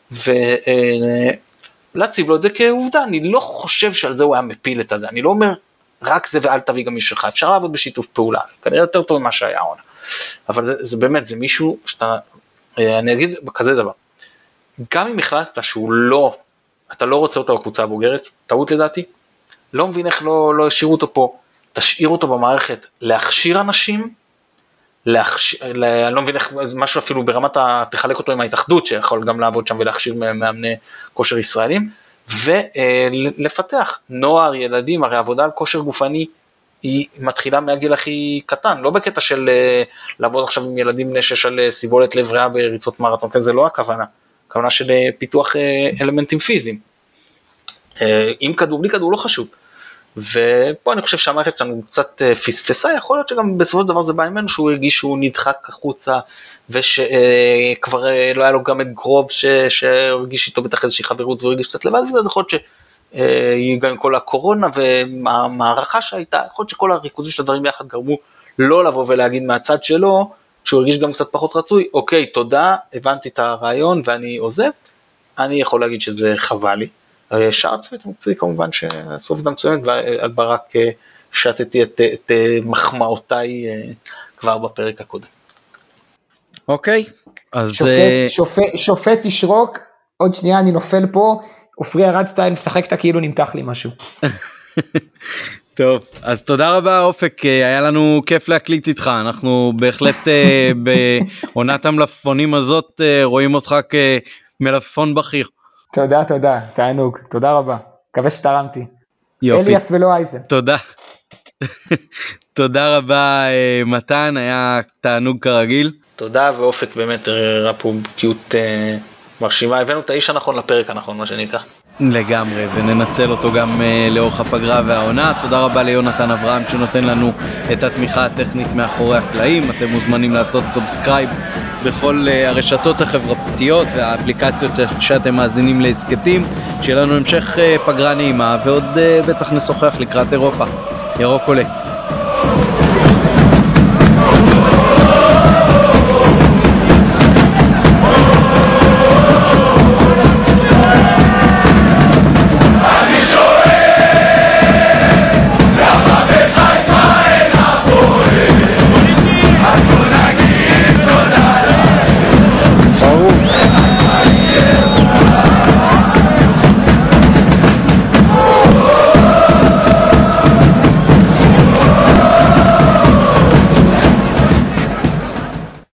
ולהציב לו את זה כעובדה, אני לא חושב שעל זה הוא היה מפיל את זה, אני לא אומר רק זה ואל תביא גם מישהו אחד, אפשר לעבוד בשיתוף פעולה, כנראה יותר טוב ממה שהיה עונה, אבל זה באמת, זה מישהו שאתה, אני אגיד כזה דבר, גם אם החלטת שהוא לא, אתה לא רוצה אותו בקבוצה הבוגרת, טעות לדעתי, לא מבין איך לא השאירו אותו פה, תשאיר אותו במערכת, להכשיר אנשים, אני לא מבין איך, משהו אפילו ברמת, תחלק אותו עם ההתאחדות, שיכול גם לעבוד שם ולהכשיר מאמני כושר ישראלים, ולפתח נוער, ילדים, הרי עבודה על כושר גופני, היא מתחילה מהגיל הכי קטן, לא בקטע של לעבוד עכשיו עם ילדים נשש על סיבולת לב ריאה בריצות מרתון, זה לא הכוונה, הכוונה של פיתוח אלמנטים פיזיים, עם כדור, בלי כדור לא חשוב, ופה אני חושב שהמערכת שלנו קצת פספסה, יכול להיות שגם בסופו של דבר זה בא ממנו שהוא הרגיש שהוא נדחק החוצה, ושכבר לא היה לו גם את גרוב שהרגיש איתו בטח איזושהי חברות והוא הרגיש קצת לבד, וזה יכול להיות גם עם כל הקורונה והמערכה שהייתה, יכול להיות שכל הריכוזים של הדברים ביחד גרמו לא לבוא ולהגיד מהצד שלו, שהוא הרגיש גם קצת פחות רצוי, אוקיי, תודה, הבנתי את הרעיון ואני עוזב, אני יכול להגיד שזה חבל לי, שער צוות מקצועי כמובן שעשו עבודה מצוינת, ועל ברק שתתי את מחמאותיי כבר בפרק הקודם. אוקיי, אז... שופט תשרוק, עוד שנייה אני נופל פה, אופרי ארדסטיין, משחק את כאילו נמתח לי משהו. טוב, אז תודה רבה אופק, היה לנו כיף להקליט איתך, אנחנו בהחלט בעונת המלפפונים הזאת רואים אותך כמלפפון בכיר. תודה, תענוג, תודה רבה, מקווה שתרמתי. יופי. אליאס ולא אייזן. תודה. תודה רבה מתן, היה תענוג כרגיל. תודה, ואופק באמת הראה פה בקיאות מרשימה, הבאנו את האיש הנכון לפרק הנכון, מה שנקרא. לגמרי, וננצל אותו גם לאורך הפגרה והעונה. תודה רבה ליונתן אברהם שנותן לנו את התמיכה הטכנית מאחורי הקלעים. אתם מוזמנים לעשות סובסקרייב בכל הרשתות החברתיות והאפליקציות שאתם מאזינים להסקטים. שיהיה לנו המשך פגרה נעימה, ועוד בטח נשוחח לקראת אירופה. ירוק עולה.